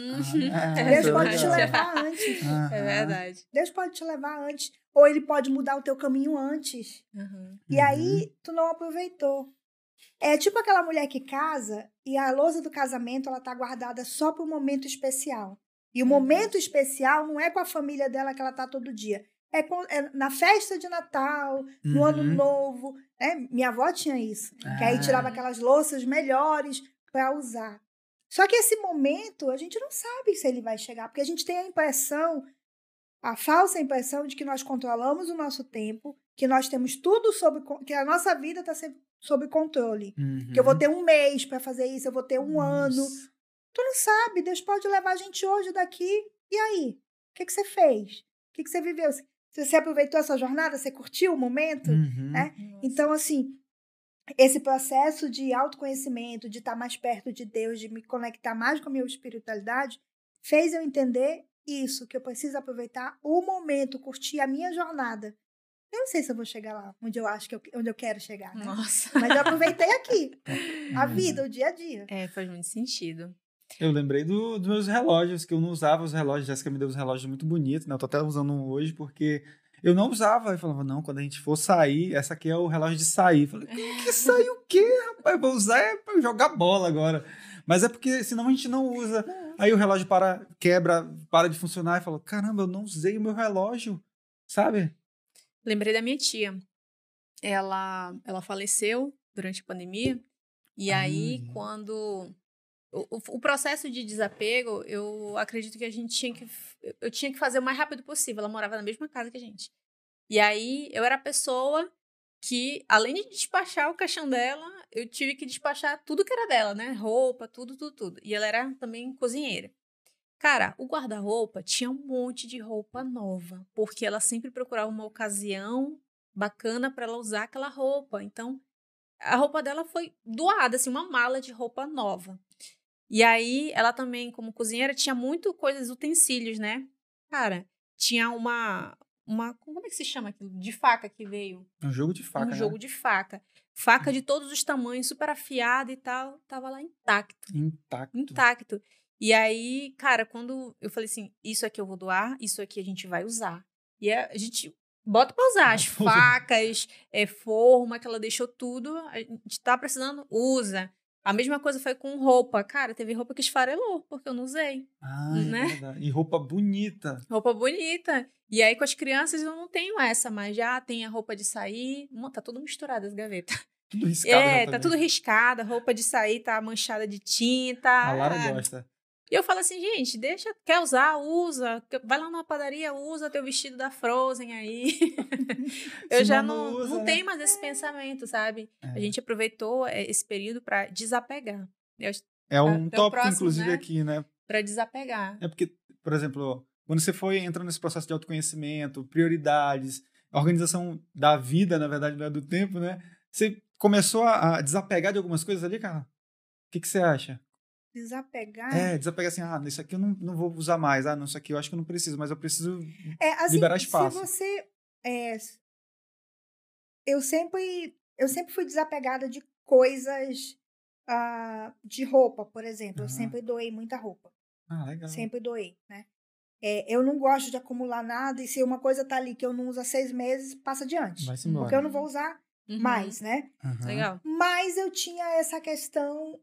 É Deus pode te verdade. levar antes. É verdade. Deus pode te levar antes. Ou ele pode mudar o teu caminho antes. E aí, tu não aproveitou. É tipo aquela mulher que casa e a lousa do casamento, ela tá guardada só para um momento especial. E o momento especial não é com a família dela que ela tá todo dia. É na festa de Natal, no Ano Novo. Minha avó tinha isso. Que aí tirava aquelas louças melhores para usar. Só que esse momento, a gente não sabe se ele vai chegar. Porque a gente tem a falsa impressão de que nós controlamos o nosso tempo, que nós temos tudo que a nossa vida está sob controle. Que eu vou ter um mês para fazer isso, eu vou ter um ano. Tu não sabe, Deus pode levar a gente hoje daqui. E aí? O que você fez? O que você viveu? Você aproveitou essa jornada? Você curtiu o momento? Né? Então, assim, esse processo de autoconhecimento, de estar mais perto de Deus, de me conectar mais com a minha espiritualidade, fez eu entender isso, que eu preciso aproveitar o momento, curtir a minha jornada. Eu não sei se eu vou chegar lá, onde eu quero chegar, né? Nossa. Mas eu aproveitei aqui, a vida, o dia a dia. Faz muito sentido. Eu lembrei dos meus relógios, que eu não usava os relógios. A Jéssica me deu uns relógios muito bonitos, né? Eu tô até usando um hoje, porque eu não usava. Eu falava, não, quando a gente for sair, essa aqui é o relógio de sair. Eu falei, que sair o quê, rapaz? Vou usar pra jogar bola agora. Mas é porque senão a gente não usa. Aí o relógio quebra, para de funcionar e fala, caramba, eu não usei o meu relógio, sabe? Lembrei da minha tia. Ela faleceu durante a pandemia. E aí, quando... O processo de desapego, eu acredito que eu tinha que fazer o mais rápido possível. Ela morava na mesma casa que a gente. E aí, eu era a pessoa que, além de despachar o caixão dela, eu tive que despachar tudo que era dela, né? Roupa, tudo. E ela era também cozinheira. Cara, o guarda-roupa tinha um monte de roupa nova, porque ela sempre procurava uma ocasião bacana para ela usar aquela roupa. Então, a roupa dela foi doada, assim, uma mala de roupa nova. E aí, ela também, como cozinheira, tinha muito coisas, utensílios, né? Cara, tinha uma como é que se chama aquilo? De faca que veio. Um jogo de faca, Um jogo de faca. Faca de todos os tamanhos, super afiada e tal. Tava lá intacto. Intacto. E aí, cara, quando eu falei assim, isso aqui eu vou doar, isso aqui a gente vai usar. E a gente bota pra usar as facas, forma que ela deixou tudo. A gente tá precisando, usa. A mesma coisa foi com roupa. Cara, teve roupa que esfarelou, porque eu não usei. Né? É verdade. E roupa bonita. Roupa bonita. E aí, com as crianças, eu não tenho essa, mas já tem a roupa de sair. Tá tudo misturado as gavetas. Tudo riscado. Tá tudo riscado. A roupa de sair tá manchada de tinta. A Lara gosta. E eu falo assim, gente, quer usar, usa. Vai lá na padaria, usa teu vestido da Frozen aí. Eu já não tenho mais esse pensamento, sabe? A gente aproveitou esse período para desapegar. É um tópico, próximo, inclusive, né? Aqui, né? Para desapegar. É porque, por exemplo, quando você foi entrando nesse processo de autoconhecimento, prioridades, a organização da vida, na verdade, não é do tempo, né? Você começou a desapegar de algumas coisas ali, cara? O que você acha? Desapegar? Desapegar assim, isso aqui eu não vou usar mais. Não, isso aqui eu acho que eu não preciso, mas eu preciso assim, liberar espaço. Se você... Eu sempre fui desapegada de coisas de roupa, por exemplo. Eu sempre doei muita roupa. Legal. Sempre doei, né? Eu não gosto de acumular nada, e se uma coisa tá ali que eu não uso há 6 meses, passa adiante. Vai-se embora. Porque eu não vou usar mais, né? Legal. Mas eu tinha essa questão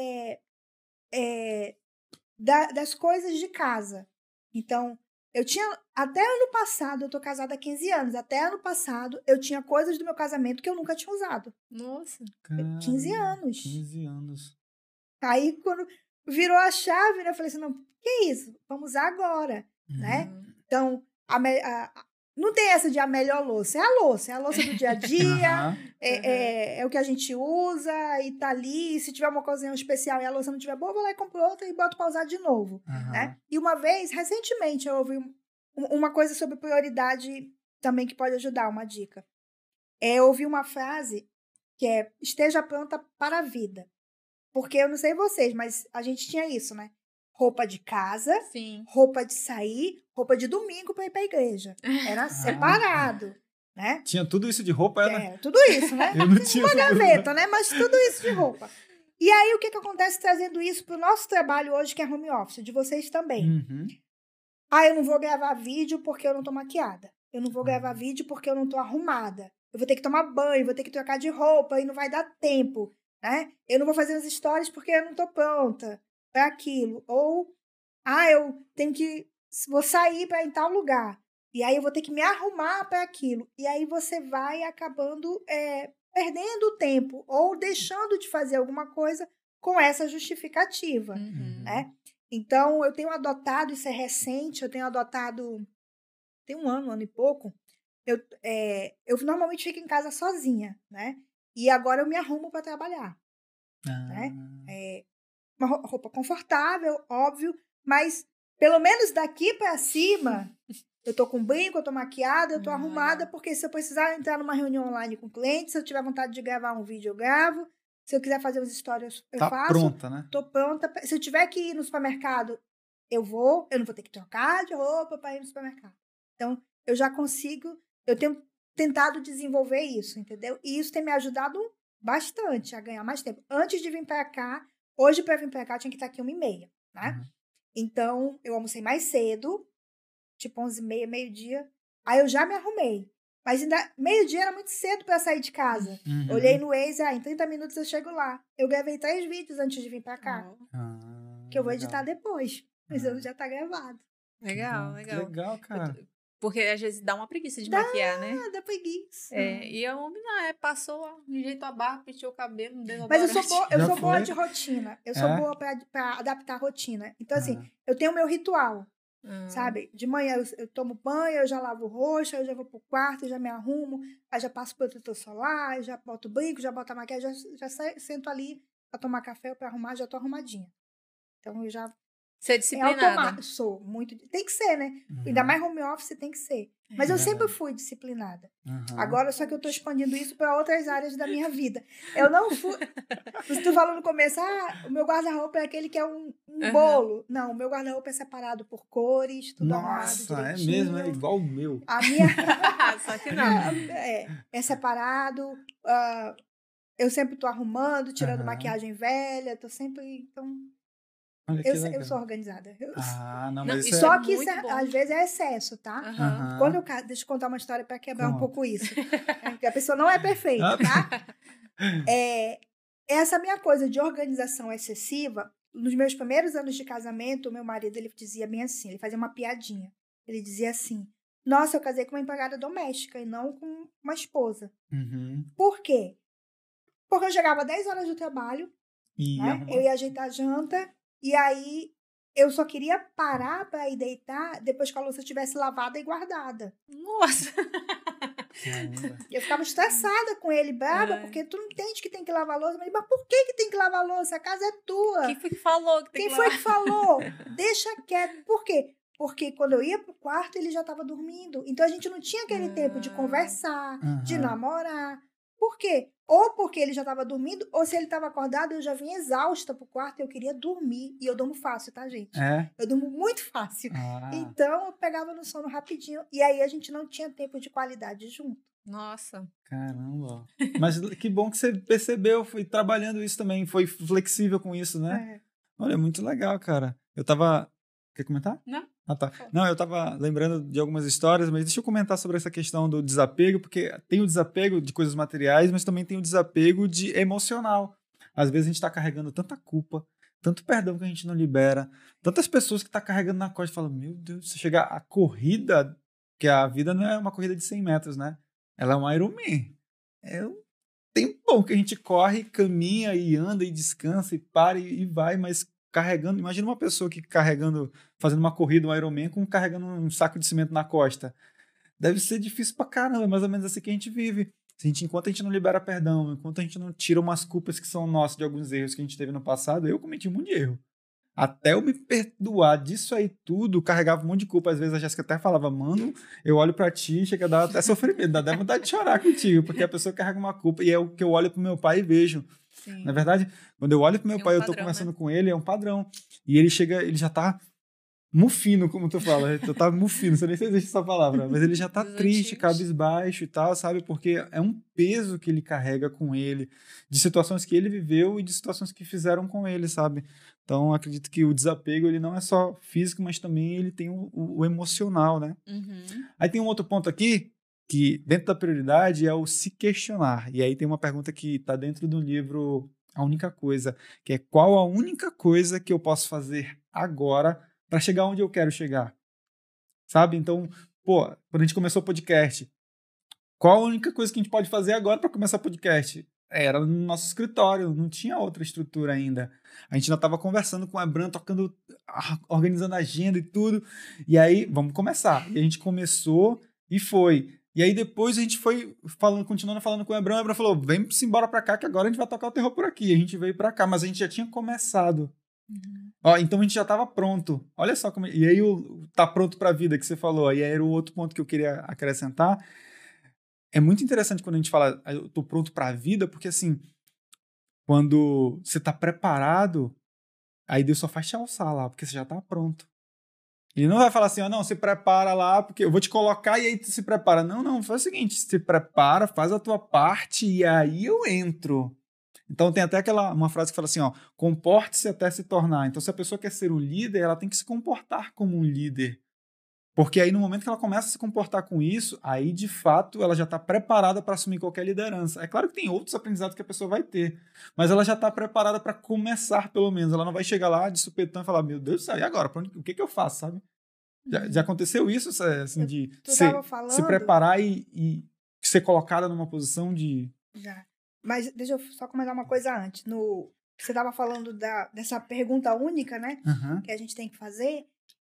das coisas de casa. Então, eu tinha, até ano passado, eu tô casada há 15 anos, até ano passado, eu tinha coisas do meu casamento que eu nunca tinha usado. Nossa. 15 anos. 15 anos. Aí, quando virou a chave, né, eu falei assim, não, que isso? Vamos usar agora, né? Então, não tem essa de a melhor louça. É a louça do dia a dia, é o que a gente usa e tá ali. E se tiver uma ocasião especial e a louça não estiver boa, eu vou lá e compro outra e boto pra usar de novo. Né? E uma vez, recentemente, eu ouvi uma coisa sobre prioridade também que pode ajudar, uma dica. Eu ouvi uma frase que é: esteja pronta para a vida. Porque eu não sei vocês, mas a gente tinha isso, né? Roupa de casa, Sim. roupa de sair, roupa de domingo para ir para a igreja. Era separado, né? Tinha tudo isso de roupa, né? Tudo isso, né? Eu não tinha uma gaveta, né? Mas tudo isso de roupa. E aí, o que acontece trazendo isso para o nosso trabalho hoje, que é home office, de vocês também? Eu não vou gravar vídeo porque eu não tô maquiada. Eu não vou gravar vídeo porque eu não tô arrumada. Eu vou ter que tomar banho, vou ter que trocar de roupa e não vai dar tempo, né? Eu não vou fazer as stories porque eu não tô pronta para aquilo. Ou, eu tenho que... vou sair para ir em tal lugar. E aí eu vou ter que me arrumar para aquilo. E aí você vai acabando perdendo tempo ou deixando de fazer alguma coisa com essa justificativa, né? Então, eu tenho adotado, isso é recente, eu tenho adotado... tem um ano e pouco. Eu normalmente fico em casa sozinha, né? E agora eu me arrumo para trabalhar. Né? Uma roupa confortável, óbvio, mas pelo menos daqui para cima, eu tô com brinco, eu tô maquiada, eu tô arrumada, porque se eu precisar entrar numa reunião online com clientes, se eu tiver vontade de gravar um vídeo, eu gravo. Se eu quiser fazer uns stories, eu faço. Tá pronta, né? Tô pronta. Se eu tiver que ir no supermercado, eu vou. Eu não vou ter que trocar de roupa para ir no supermercado. Então, eu já consigo... eu tenho tentado desenvolver isso, entendeu? E isso tem me ajudado bastante a ganhar mais tempo. Antes de vir para cá, hoje para vir para cá, eu tinha que estar aqui 1h30, né? Então, eu almocei mais cedo, tipo 11h30, meio-dia. Aí eu já me arrumei. Mas ainda meio-dia era muito cedo para sair de casa. Olhei no Waze, em 30 minutos eu chego lá. Eu gravei 3 vídeos antes de vir para cá. Que eu vou editar depois. Mas já tá gravado. Legal. Legal, cara. Porque às vezes dá uma preguiça de maquiar, né? Dá preguiça. E a homem passou, ajeitou a barba, penteou o cabelo, não deu. Mas eu sou boa de rotina. Eu sou boa pra adaptar a rotina. Então, assim, eu tenho o meu ritual, sabe? De manhã eu tomo banho, eu já lavo o rosto, eu já vou pro quarto, eu já me arrumo, aí já passo protetor solar, já boto brinco, já boto a maquiagem, já sento ali pra tomar café ou pra arrumar, já tô arrumadinha. Então, eu já... Você é disciplinada? Sou muito. Tem que ser, né? Ainda mais home office tem que ser. Mas eu sempre fui disciplinada. Agora, só que eu tô expandindo isso para outras áreas da minha vida. Eu não fui... Você falou no começo, o meu guarda-roupa é aquele que é um bolo. Não, o meu guarda-roupa é separado por cores, tudo arrumado direitinho. Nossa, é mesmo? É igual o meu. A minha... Só que não. É separado. Eu sempre tô arrumando, tirando maquiagem velha. Tô sempre... Então... Eu sou organizada. Não, mas só que isso às vezes é excesso, tá? Quando deixa eu contar uma história para quebrar um pouco isso. Porque a pessoa não é perfeita, tá? Essa minha coisa de organização excessiva, nos meus primeiros anos de casamento, o meu marido, ele dizia bem assim, ele fazia uma piadinha. Ele dizia assim: nossa, eu casei com uma empregada doméstica e não com uma esposa. Por quê? Porque eu chegava 10 horas do trabalho, né? Eu ia ajeitar a janta. E aí, eu só queria parar para ir deitar depois que a louça estivesse lavada e guardada. Nossa! Eu ficava estressada com ele, brava, porque tu não entende que tem que lavar a louça. Mas por que tem que lavar a louça? A casa é tua. Quem foi que falou? Quem foi que falou? Deixa quieto. Por quê? Porque quando eu ia pro quarto, ele já estava dormindo. Então, a gente não tinha aquele tempo de conversar, de namorar. Por quê? Ou porque ele já estava dormindo, ou se ele estava acordado, eu já vinha exausta pro quarto e eu queria dormir. E eu durmo fácil, tá, gente? Eu durmo muito fácil. Então, eu pegava no sono rapidinho. E aí, a gente não tinha tempo de qualidade junto. Nossa. Caramba. Mas que bom que você percebeu, foi trabalhando isso também, foi flexível com isso, né? Olha, muito legal, cara. Eu tava... Quer comentar? Não. Tá. Não, eu tava lembrando de algumas histórias, mas deixa eu comentar sobre essa questão do desapego, porque tem o desapego de coisas materiais, mas também tem o desapego de emocional. Às vezes a gente tá carregando tanta culpa, tanto perdão que a gente não libera, tantas pessoas que tá carregando na costa e falam, meu Deus, se chegar a corrida, que a vida não é uma corrida de 100 metros, né? Ela é um Ironman. É um tempão que a gente corre, caminha e anda e descansa e para e vai, mas carregando, imagina uma pessoa que fazendo uma corrida, um Ironman, carregando um saco de cimento na costa. deve ser difícil pra caramba, é mais ou menos assim que a gente vive. Enquanto a gente não libera perdão, enquanto a gente não tira umas culpas que são nossas de alguns erros que a gente teve no passado, eu cometi um monte de erro. Até eu me perdoar disso aí tudo, carregava um monte de culpa. Às vezes a Jéssica até falava, mano, eu olho pra ti, chega a dar até sofrimento, dá até vontade de chorar contigo, porque a pessoa carrega uma culpa. E é o que eu olho pro meu pai e vejo. Sim. Na verdade, quando eu olho pro meu pai, eu tô conversando com ele, é um padrão. E ele chega, ele já tá mufino, como tu fala. Tu tá mufino, não sei nem se existe essa palavra, mas ele já tá triste, cabisbaixo e tal, sabe? Porque é um peso que ele carrega com ele, de situações que ele viveu e de situações que fizeram com ele, sabe? Então, acredito que o desapego, ele não é só físico, mas também ele tem o emocional, né? Aí tem um outro ponto aqui, que dentro da prioridade é o se questionar. E aí tem uma pergunta que tá dentro do livro A Única Coisa, que é qual a única coisa que eu posso fazer agora para chegar onde eu quero chegar, sabe? Então, pô, quando a gente começou o podcast, qual a única coisa que a gente pode fazer agora para começar o podcast? Era no nosso escritório, não tinha outra estrutura ainda. A gente ainda estava conversando com a Ebran, tocando, organizando a agenda e tudo. E aí, vamos começar. E a gente começou e foi. E aí depois a gente foi continuando falando com a Ebran falou, vem-se embora para cá que agora a gente vai tocar o terror por aqui. E a gente veio para cá, mas a gente já tinha começado. Ó, então a gente já estava pronto. Olha só como. E aí tá pronto para a vida que você falou. E aí era o outro ponto que eu queria acrescentar. É muito interessante quando a gente fala eu tô pronto para a vida, porque assim, quando você tá preparado, aí Deus só faz te alçar lá, porque você já tá pronto. Ele não vai falar assim, não, se prepara lá, porque eu vou te colocar e aí tu se prepara. Não, faz o seguinte, se prepara, faz a tua parte e aí eu entro. Então tem até uma frase que fala assim, comporte-se até se tornar. Então se a pessoa quer ser um líder, ela tem que se comportar como um líder. Porque aí no momento que ela começa a se comportar com isso, aí de fato ela já está preparada para assumir qualquer liderança. É claro que tem outros aprendizados que a pessoa vai ter, mas ela já está preparada para começar pelo menos. Ela não vai chegar lá de supetão e falar, meu Deus do céu, e agora? O que eu faço, sabe? Já aconteceu isso, assim, de se preparar e ser colocada numa posição de... Já. Mas deixa eu só comentar uma coisa antes. Você estava falando dessa pergunta única, né? Que a gente tem que fazer.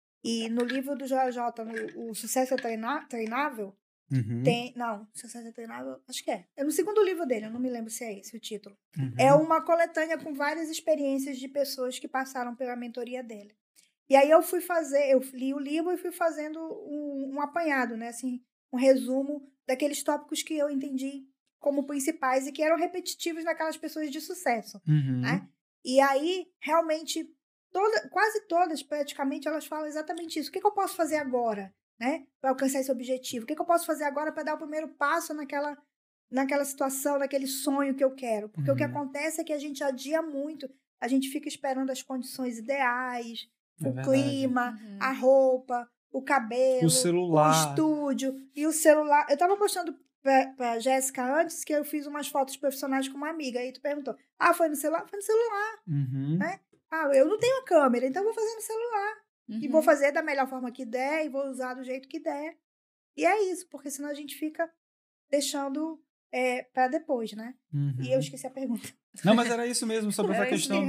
E no livro do Joel J, O Sucesso é Treinável, tem... Não, Sucesso é Treinável, acho que é. É no segundo livro dele, eu não me lembro se é esse o título. É uma coletânea com várias experiências de pessoas que passaram pela mentoria dele. E aí eu li o livro e fui fazendo um apanhado, né? Assim, um resumo daqueles tópicos que eu entendi como principais e que eram repetitivos naquelas pessoas de sucesso, né? E aí, realmente, quase todas, praticamente, elas falam exatamente isso. O que eu posso fazer agora, né? Para alcançar esse objetivo? O que eu posso fazer agora para dar o primeiro passo naquela situação, naquele sonho que eu quero? Porque o que acontece é que a gente adia muito, a gente fica esperando as condições ideais, o clima, a roupa, o cabelo, o celular, o estúdio e o celular. Eu estava mostrando pra Jéssica antes que eu fiz umas fotos profissionais com uma amiga. Aí tu perguntou, foi no celular? Foi no celular, né? Eu não tenho a câmera, então eu vou fazer no celular. E vou fazer da melhor forma que der e vou usar do jeito que der. E é isso, porque senão a gente fica deixando para depois, né? E eu esqueci a pergunta. Não, mas era isso mesmo, sobre essa questão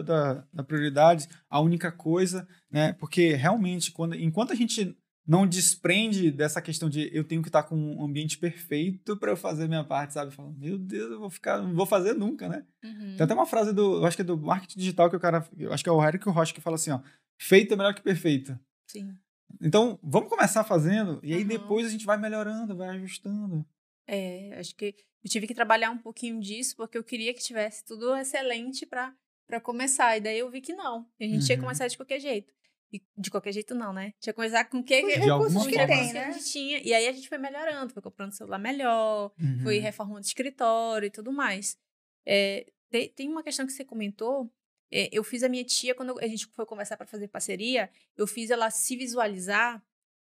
da prioridade, a única coisa, né? Porque realmente, enquanto a gente não desprende dessa questão de eu tenho que estar com um ambiente perfeito para eu fazer minha parte, sabe? Fala, meu Deus, não vou fazer nunca, né? Tem até uma frase eu acho que é do marketing digital eu acho que é o Érico Rocha que fala assim, feito é melhor que perfeito. Sim. Então, vamos começar fazendo e aí depois a gente vai melhorando, vai ajustando. Acho que eu tive que trabalhar um pouquinho disso porque eu queria que tivesse tudo excelente para começar. E daí eu vi que não. A gente tinha que começar de qualquer jeito. E de qualquer jeito não, né? Tinha que começar com os recursos que tem, né? A gente tinha. E aí a gente foi melhorando, foi comprando celular melhor, foi reformando o escritório e tudo mais. Tem uma questão que você comentou. Eu fiz a minha tia, quando a gente foi conversar para fazer parceria, eu fiz ela se visualizar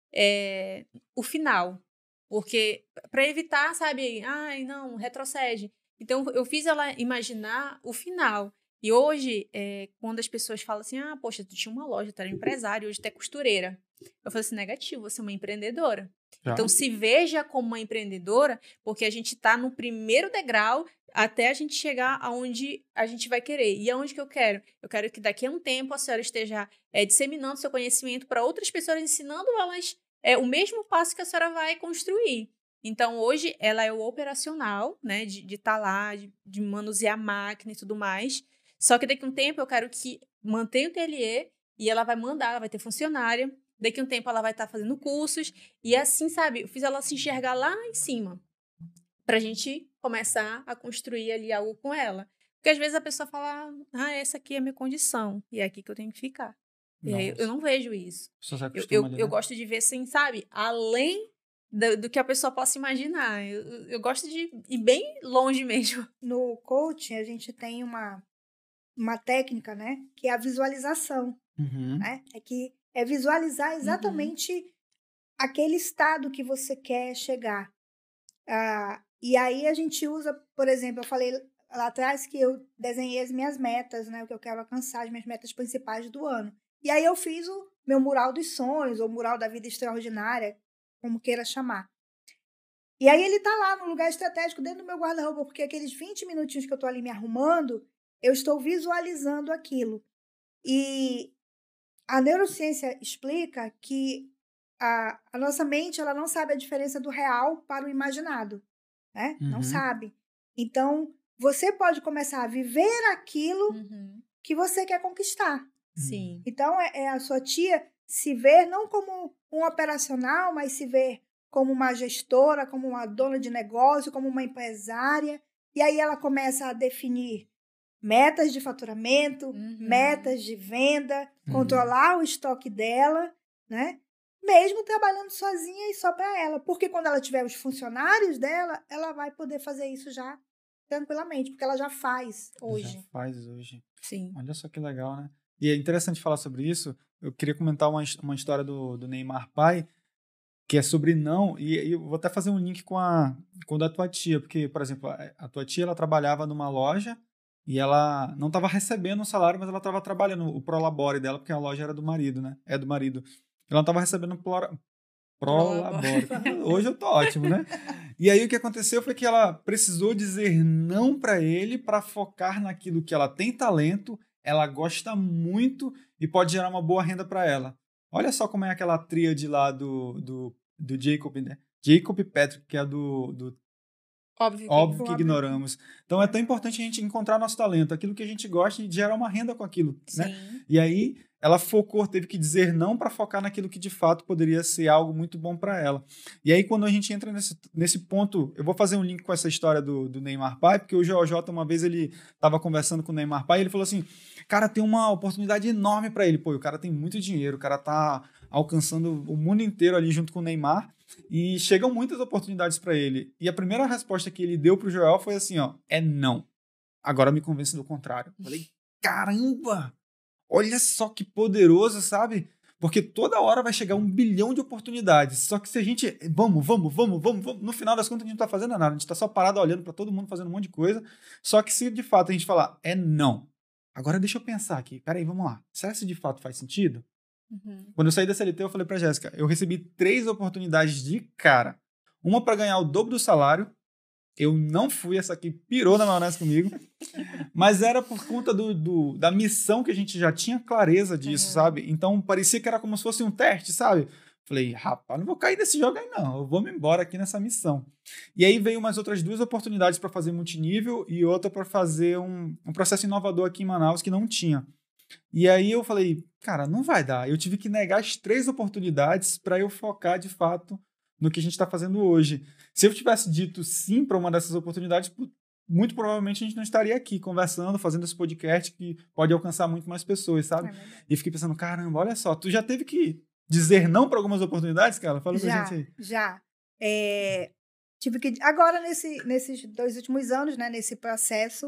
o final. Porque, para evitar, sabe, não, retrocede. Então, eu fiz ela imaginar o final. E hoje, quando as pessoas falam assim, poxa, tu tinha uma loja, tu era empresário, hoje tu é costureira. Eu falo assim, negativo, você é uma empreendedora. Então, se veja como uma empreendedora, porque a gente está no primeiro degrau até a gente chegar aonde a gente vai querer. E aonde que eu quero? Eu quero que daqui a um tempo a senhora esteja disseminando seu conhecimento para outras pessoas, ensinando elas é o mesmo passo que a senhora vai construir. Então, hoje, ela é o operacional, né? De estar lá, de manusear a máquina e tudo mais. Só que daqui a um tempo eu quero que mantenha o ateliê e ela vai mandar, ela vai ter funcionária. Daqui a um tempo ela vai estar fazendo cursos. E assim, sabe? Eu fiz ela se enxergar lá em cima. Pra gente começar a construir ali algo com ela. Porque às vezes a pessoa fala, essa aqui é a minha condição. E é aqui que eu tenho que ficar. E aí eu não vejo isso. Eu gosto de ver assim, sabe? Além do que a pessoa possa imaginar. Eu gosto de ir bem longe mesmo. No coaching, a gente tem uma técnica, né? Que é a visualização. Né? É visualizar exatamente aquele estado que você quer chegar. E aí a gente usa, por exemplo, eu falei lá atrás que eu desenhei as minhas metas, né? O que eu quero alcançar, as minhas metas principais do ano. E aí eu fiz o meu mural dos sonhos, ou mural da vida extraordinária, como queira chamar. E aí ele tá lá no lugar estratégico dentro do meu guarda-roupa, porque aqueles 20 minutinhos que eu tô ali me arrumando, eu estou visualizando aquilo. E a neurociência explica que a nossa mente ela não sabe a diferença do real para o imaginado, né? Não sabe. Então, você pode começar a viver aquilo que você quer conquistar. Sim. Então, é a sua tia se ver não como um operacional, mas se ver como uma gestora, como uma dona de negócio, como uma empresária. E aí ela começa a definir metas de faturamento, metas de venda, controlar o estoque dela, né? Mesmo trabalhando sozinha e só para ela. Porque quando ela tiver os funcionários dela, ela vai poder fazer isso já tranquilamente, porque ela já faz hoje. Já faz hoje. Sim. Olha só que legal, né? E é interessante falar sobre isso. Eu queria comentar uma história do Neymar pai, que é sobre não, e eu vou até fazer um link com o da tua tia, porque, por exemplo, a tua tia, ela trabalhava numa loja e ela não estava recebendo um salário, mas ela estava trabalhando o prolabore dela, porque a loja era do marido, né? É do marido. Ela não estava recebendo prolabore. Hoje eu tô ótimo, né? E aí o que aconteceu foi que ela precisou dizer não para ele para focar naquilo que ela tem talento, ela gosta muito e pode gerar uma boa renda para ela. Olha só como é aquela tríade lá do Jacob, né? Jacob e Patrick, que é do Óbvio que ignoramos. Então é tão importante a gente encontrar nosso talento, aquilo que a gente gosta e gerar uma renda com aquilo, né? E aí ela focou, teve que dizer não para focar naquilo que de fato poderia ser algo muito bom para ela. E aí quando a gente entra nesse ponto, eu vou fazer um link com essa história do Neymar pai, porque o JJ uma vez ele estava conversando com o Neymar pai e ele falou assim, cara, tem uma oportunidade enorme para ele. Pô, o cara tem muito dinheiro, o cara tá alcançando o mundo inteiro ali junto com o Neymar. E chegam muitas oportunidades para ele. E a primeira resposta que ele deu pro Joel foi assim, ó, é não. Agora me convence do contrário. Eu falei, caramba! Olha só que poderoso, sabe? Porque toda hora vai chegar 1 bilhão de oportunidades. Só que se a gente... Vamos. No final das contas, a gente não tá fazendo nada. A gente tá só parado olhando para todo mundo, fazendo um monte de coisa. Só que se de fato a gente falar, é não. Agora deixa eu pensar aqui. Peraí, vamos lá. Será que isso de fato faz sentido? Quando eu saí da CLT, eu falei pra Jéssica, eu recebi 3 oportunidades de cara. Uma para ganhar o dobro do salário. Eu não fui, essa aqui pirou na maionese comigo. Mas era por conta da missão que a gente já tinha clareza disso, sabe? Então parecia que era como se fosse um teste, sabe? Falei, rapaz, não vou cair nesse jogo aí não. Eu vou me embora aqui nessa missão. E aí veio umas outras 2 oportunidades para fazer multinível e outra para fazer um processo inovador aqui em Manaus que não tinha. E aí eu falei, cara, não vai dar. Eu tive que negar as 3 oportunidades para eu focar de fato no que a gente está fazendo hoje. Se eu tivesse dito sim para uma dessas oportunidades, muito provavelmente a gente não estaria aqui conversando, fazendo esse podcast que pode alcançar muito mais pessoas, sabe? E fiquei pensando, caramba, olha só, tu já teve que dizer não para algumas oportunidades, cara? Fala pra gente aí. Já. Tive que... Agora, nesses 2 últimos anos, né, nesse processo,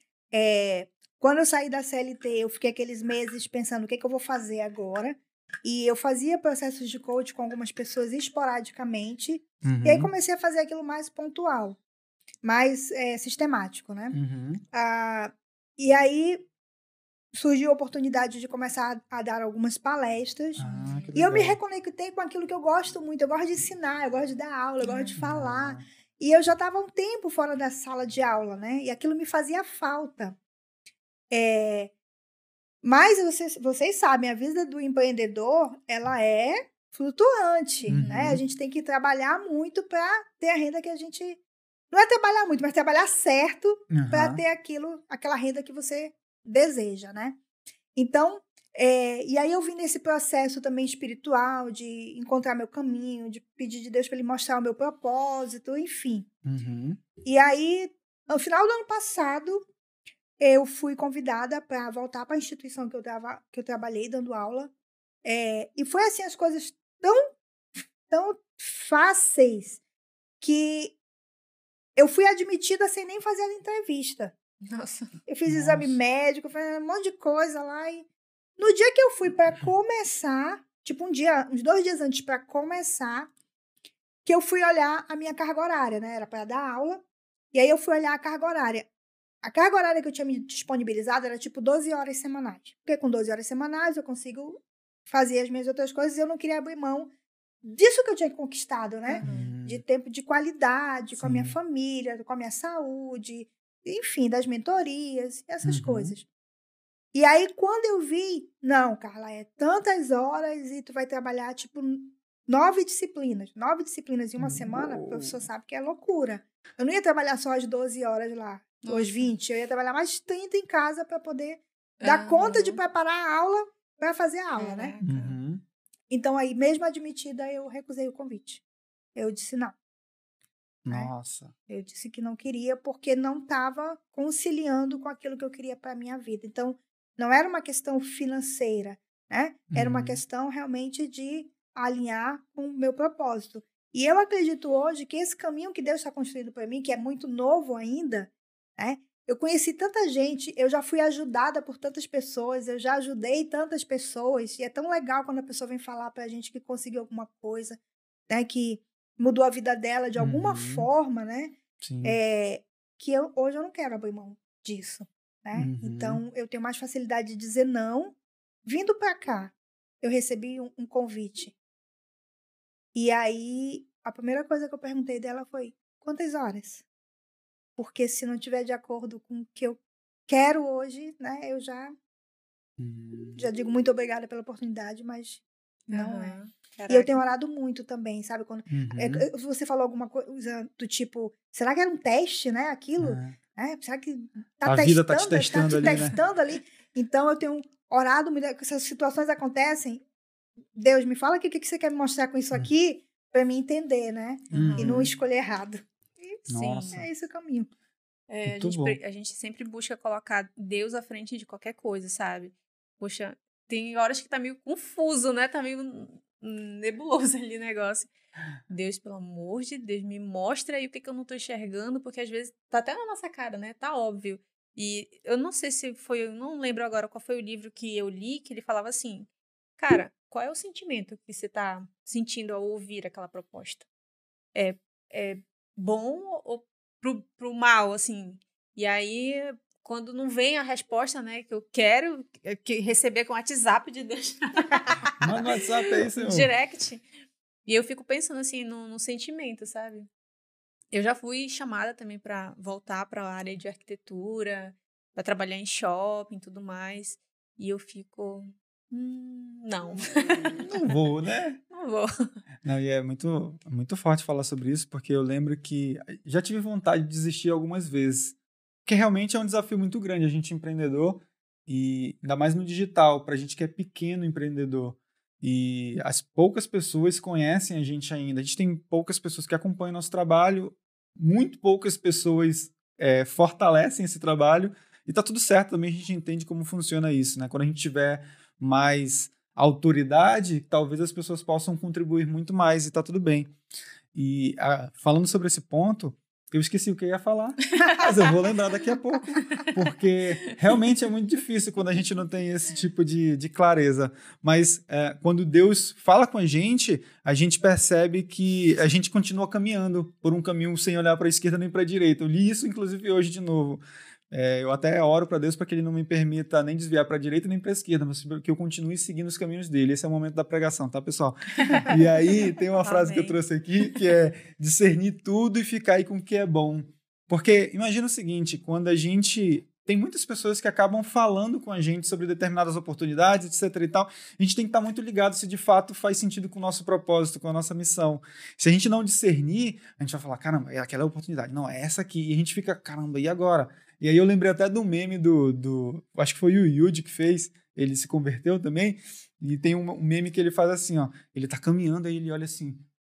quando eu saí da CLT, eu fiquei aqueles meses pensando o que eu vou fazer agora. E eu fazia processos de coach com algumas pessoas esporadicamente. E aí comecei a fazer aquilo mais pontual, mais sistemático, né? E aí surgiu a oportunidade de começar a dar algumas palestras. E eu me reconectei com aquilo que eu gosto muito. Eu gosto de ensinar, eu gosto de dar aula, eu gosto de falar. E eu já estava há um tempo fora da sala de aula, né? E aquilo me fazia falta. Mas vocês sabem, a vida do empreendedor, ela é flutuante, né? A gente tem que trabalhar muito para ter a renda que a gente... Não é trabalhar muito, mas trabalhar certo para ter aquela renda que você deseja, né? Então, e aí eu vim nesse processo também espiritual de encontrar meu caminho, de pedir de Deus para ele mostrar o meu propósito, enfim. E aí, no final do ano passado, eu fui convidada para voltar para a instituição que eu trabalhei dando aula. E foi assim, as coisas tão fáceis que eu fui admitida sem nem fazer a entrevista. Nossa. Eu fiz exame médico, fiz um monte de coisa lá. E no dia que eu fui para começar, tipo uns 2 dias antes para começar, que eu fui olhar a minha carga horária, né? Era para dar aula. E aí eu fui olhar a carga horária. A carga horária que eu tinha me disponibilizado era tipo 12 horas semanais. Porque com 12 horas semanais eu consigo fazer as minhas outras coisas e eu não queria abrir mão disso que eu tinha conquistado, né? De tempo de qualidade, com a minha família, com a minha saúde, enfim, das mentorias, essas coisas. E aí, quando eu vi, não, Carla, é tantas horas e tu vai trabalhar, tipo, 9 disciplinas. 9 disciplinas em uma semana, o professor sabe que é loucura. Eu não ia trabalhar só as 12 horas lá, ou as 20. Eu ia trabalhar mais 30 em casa para poder dar conta de preparar a aula para fazer a aula, né? Então, aí, mesmo admitida, eu recusei o convite. Eu disse não. Nossa. Né? Eu disse que não queria porque não estava conciliando com aquilo que eu queria para a minha vida. Então, não era uma questão financeira, né? Era uma questão realmente de alinhar com o meu propósito. E eu acredito hoje que esse caminho que Deus está construindo para mim, que é muito novo ainda, né? Eu conheci tanta gente, eu já fui ajudada por tantas pessoas, eu já ajudei tantas pessoas, e é tão legal quando a pessoa vem falar pra gente que conseguiu alguma coisa, né, que mudou a vida dela de alguma forma, né, que hoje eu não quero abrir mão disso, né, então eu tenho mais facilidade de dizer não. Vindo pra cá, eu recebi um convite, e aí a primeira coisa que eu perguntei dela foi, quantas horas? Porque se não tiver de acordo com o que eu quero hoje, né, eu já digo muito obrigada pela oportunidade, mas não é. Caraca. E eu tenho orado muito também, sabe? Quando você falou alguma coisa do tipo, será que era um teste, né, aquilo? Será que a vida tá te testando ali, ali? Então eu tenho orado muito, essas situações acontecem, Deus, me fala o que você quer me mostrar com isso aqui, para mim entender, né? E não escolher errado. Sim, é esse o caminho. A gente sempre busca colocar Deus à frente de qualquer coisa, sabe? Poxa, tem horas que tá meio confuso, né? Tá meio nebuloso ali o negócio. Deus, pelo amor de Deus, me mostra aí o que eu não tô enxergando, porque às vezes tá até na nossa cara, né? Tá óbvio. E eu não sei se foi, eu não lembro agora qual foi o livro que eu li, que ele falava assim, cara, qual é o sentimento que você tá sentindo ao ouvir aquela proposta? É bom ou pro mal, assim? E aí, quando não vem a resposta, né, que eu quero receber com o WhatsApp de Deus. Manda o WhatsApp aí, senhor. Direct. E eu fico pensando, assim, no sentimento, sabe? Eu já fui chamada também para voltar para a área de arquitetura, para trabalhar em shopping e tudo mais. E eu fico... não. Não vou, né? Não vou. Não, e é muito, muito forte falar sobre isso, porque eu lembro que já tive vontade de desistir algumas vezes. Porque realmente é um desafio muito grande a gente empreendedor, e ainda mais no digital, para a gente que é pequeno empreendedor. E as poucas pessoas conhecem a gente ainda. A gente tem poucas pessoas que acompanham nosso trabalho, muito poucas pessoas fortalecem esse trabalho, e tá tudo certo também, a gente entende como funciona isso, né? Quando a gente tiver mais autoridade, talvez as pessoas possam contribuir muito mais e tá tudo bem. E falando sobre esse ponto, eu esqueci o que eu ia falar, mas eu vou lembrar daqui a pouco, porque realmente é muito difícil quando a gente não tem esse tipo de clareza. Mas quando Deus fala com a gente percebe que a gente continua caminhando por um caminho sem olhar para a esquerda nem para a direita. Eu li isso, inclusive, hoje de novo. Eu até oro para Deus para que Ele não me permita nem desviar para a direita nem para a esquerda, mas que eu continue seguindo os caminhos dele. Esse é o momento da pregação, tá, pessoal? E aí tem uma frase que eu trouxe aqui, que é discernir tudo e ficar aí com o que é bom. Porque imagina o seguinte, quando a gente tem muitas pessoas que acabam falando com a gente sobre determinadas oportunidades, etc e tal. A gente tem que estar muito ligado se de fato faz sentido com o nosso propósito, com a nossa missão. Se a gente não discernir, a gente vai falar, caramba, aquela é a oportunidade. Não, é essa aqui. E a gente fica, caramba, e agora? E aí eu lembrei até do meme acho que foi o Yuji que fez, ele se converteu também, e tem um meme que ele faz assim, ó, ele tá caminhando, aí ele olha assim,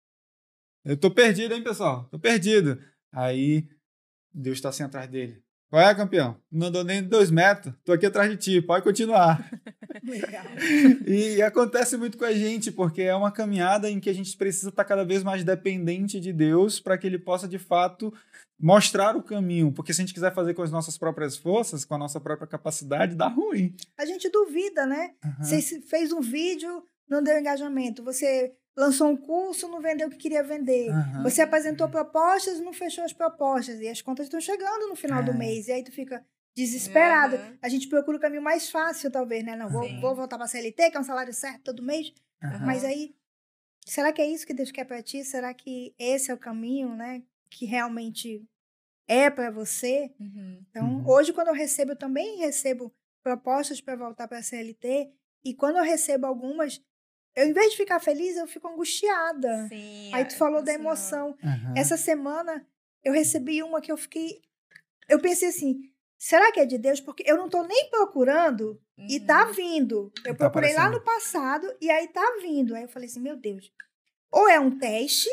eu tô perdido, hein, pessoal? Tô perdido. Aí Deus tá assim atrás dele. Qual é, campeão? Não andou nem 2 metros. Tô aqui atrás de ti. Pode continuar. Legal. E acontece muito com a gente, porque é uma caminhada em que a gente precisa estar cada vez mais dependente de Deus para que Ele possa, de fato, mostrar o caminho. Porque se a gente quiser fazer com as nossas próprias forças, com a nossa própria capacidade, dá ruim. A gente duvida, né? Você fez um vídeo, não deu engajamento. Você lançou um curso, não vendeu o que queria vender. Você apresentou propostas, não fechou as propostas. E as contas estão chegando no final do mês. E aí tu fica desesperado. A gente procura o caminho mais fácil, talvez, né? Não, vou voltar para a CLT, que é um salário certo todo mês. Mas aí, será que é isso que Deus quer para ti? Será que esse é o caminho, né? Que realmente é para você? Então, hoje, quando eu também recebo propostas para voltar para a CLT. E quando eu recebo algumas, eu, em vez de ficar feliz, eu fico angustiada. Sim, aí tu falou da emoção. Essa semana, eu recebi uma que eu pensei assim, será que é de Deus? Porque eu não tô nem procurando e tá vindo. Eu procurei lá no passado e aí tá vindo. Aí eu falei assim, meu Deus, ou é um teste,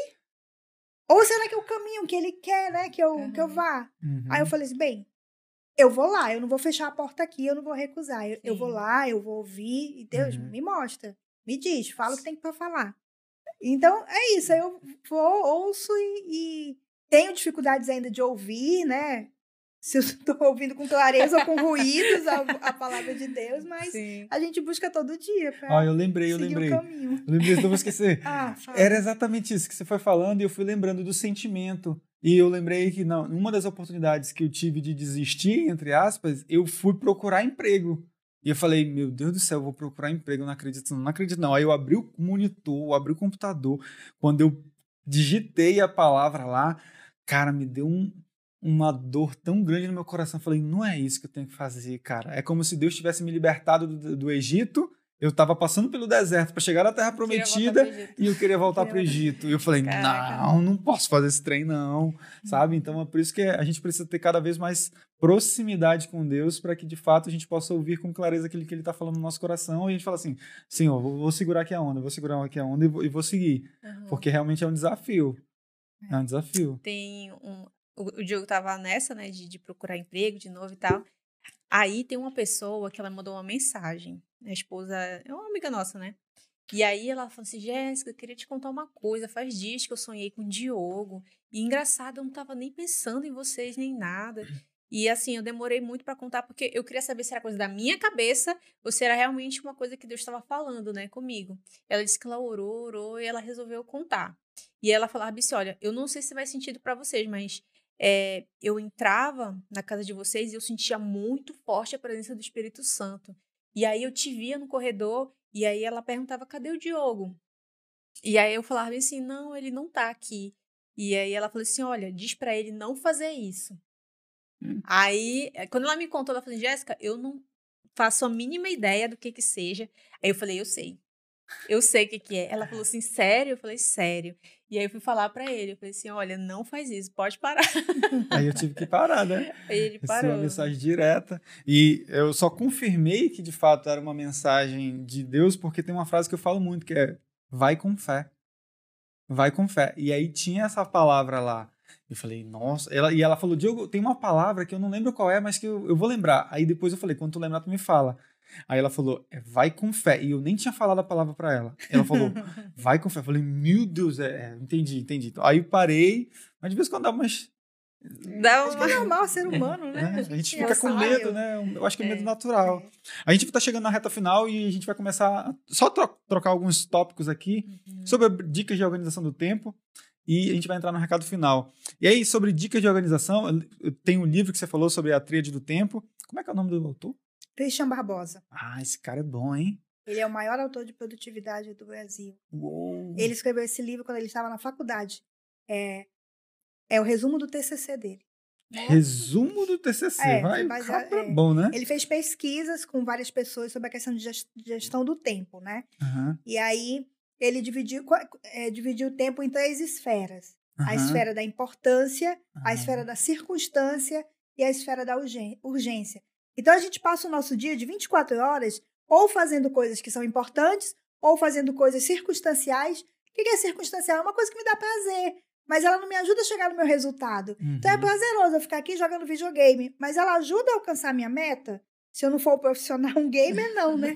ou será que é o caminho que ele quer, né, que eu vá? Aí eu falei assim, bem, eu vou lá, eu não vou fechar a porta aqui, eu não vou recusar. Eu vou lá, eu vou ouvir e Deus me mostra. Me diz, fala o que tem para falar. Então, é isso. Eu vou, ouço e tenho dificuldades ainda de ouvir, né? Se eu estou ouvindo com clareza ou com ruídos a palavra de Deus, mas a gente busca todo dia para eu lembrei. o caminho. Eu lembrei, não vou esquecer. Era exatamente isso que você foi falando e eu fui lembrando do sentimento. E eu lembrei que numa das oportunidades que eu tive de desistir, entre aspas, eu fui procurar emprego. E eu falei, meu Deus do céu, eu vou procurar emprego, não acredito não. Aí eu abri o monitor, abri o computador, quando eu digitei a palavra lá, cara, me deu uma dor tão grande no meu coração. Eu falei, não é isso que eu tenho que fazer, cara. É como se Deus tivesse me libertado do Egito, eu estava passando pelo deserto para chegar na Terra Prometida e eu queria voltar para o Egito. E eu falei, não posso fazer esse trem não, sabe? Então é por isso que a gente precisa ter cada vez mais proximidade com Deus para que de fato a gente possa ouvir com clareza aquilo que Ele está falando no nosso coração e a gente fala assim, Senhor, vou segurar aqui a onda, e vou seguir. Porque realmente é um desafio. É um desafio. O Diogo tava nessa, né, de procurar emprego de novo e tal. Aí tem uma pessoa que ela mandou uma mensagem. A esposa é uma amiga nossa, né? E aí ela falou assim, Jéssica, eu queria te contar uma coisa. Faz dias que eu sonhei com o Diogo. E engraçado, eu não tava nem pensando em vocês, nem nada. E assim, eu demorei muito pra contar, porque eu queria saber se era coisa da minha cabeça ou se era realmente uma coisa que Deus estava falando, né, comigo. Ela disse que ela orou e ela resolveu contar. E ela falava assim, olha, eu não sei se faz sentido pra vocês, mas eu entrava na casa de vocês e eu sentia muito forte a presença do Espírito Santo. E aí eu te via no corredor e aí ela perguntava, cadê o Diogo? E aí eu falava assim, não, ele não tá aqui. E aí ela falou assim, olha, diz pra ele não fazer isso. Aí, quando ela me contou, ela falou assim, Jéssica, eu não faço a mínima ideia do que seja. Aí eu falei, eu sei o que é. Ela falou assim, sério? Eu falei, sério. E aí eu fui falar pra ele, eu falei assim, olha, não faz isso, pode parar. Aí eu tive que parar, né? Aí ele parou. Uma mensagem direta. E eu só confirmei que de fato era uma mensagem de Deus, porque tem uma frase que eu falo muito, que é, vai com fé. Vai com fé. E aí tinha essa palavra lá. Eu falei, nossa. E ela falou, Diogo, tem uma palavra que eu não lembro qual é, mas que eu vou lembrar. Aí depois eu falei, quando tu lembrar, tu me fala. Aí ela falou, vai com fé. E eu nem tinha falado a palavra pra ela. Ela falou, vai com fé. Eu falei, meu Deus, entendi. Aí eu parei, mas de vez em quando dá umas... Acho que é normal, ser humano, né? A gente fica com medo, né? Eu acho que é medo natural. A gente tá chegando na reta final e a gente vai começar só trocar alguns tópicos aqui sobre dicas de organização do tempo e a gente vai entrar no recado final. E aí, sobre dicas de organização, tem um livro que você falou sobre a tríade do tempo. Como é que é o nome do autor? Christian Barbosa. Esse cara é bom, hein? Ele é o maior autor de produtividade do Brasil. Uou. Ele escreveu esse livro quando ele estava na faculdade. É o resumo do TCC dele. Resumo do TCC. Bom, né? Ele fez pesquisas com várias pessoas sobre a questão de gestão do tempo, né? E aí ele dividiu o tempo em 3 esferas. A esfera da importância, a esfera da circunstância e a esfera da urgência. Então, a gente passa o nosso dia de 24 horas ou fazendo coisas que são importantes ou fazendo coisas circunstanciais. O que é circunstancial? É uma coisa que me dá prazer, mas ela não me ajuda a chegar no meu resultado. Então, é prazeroso eu ficar aqui jogando videogame, mas ela ajuda a alcançar a minha meta? Se eu não for profissional, um gamer, não, né?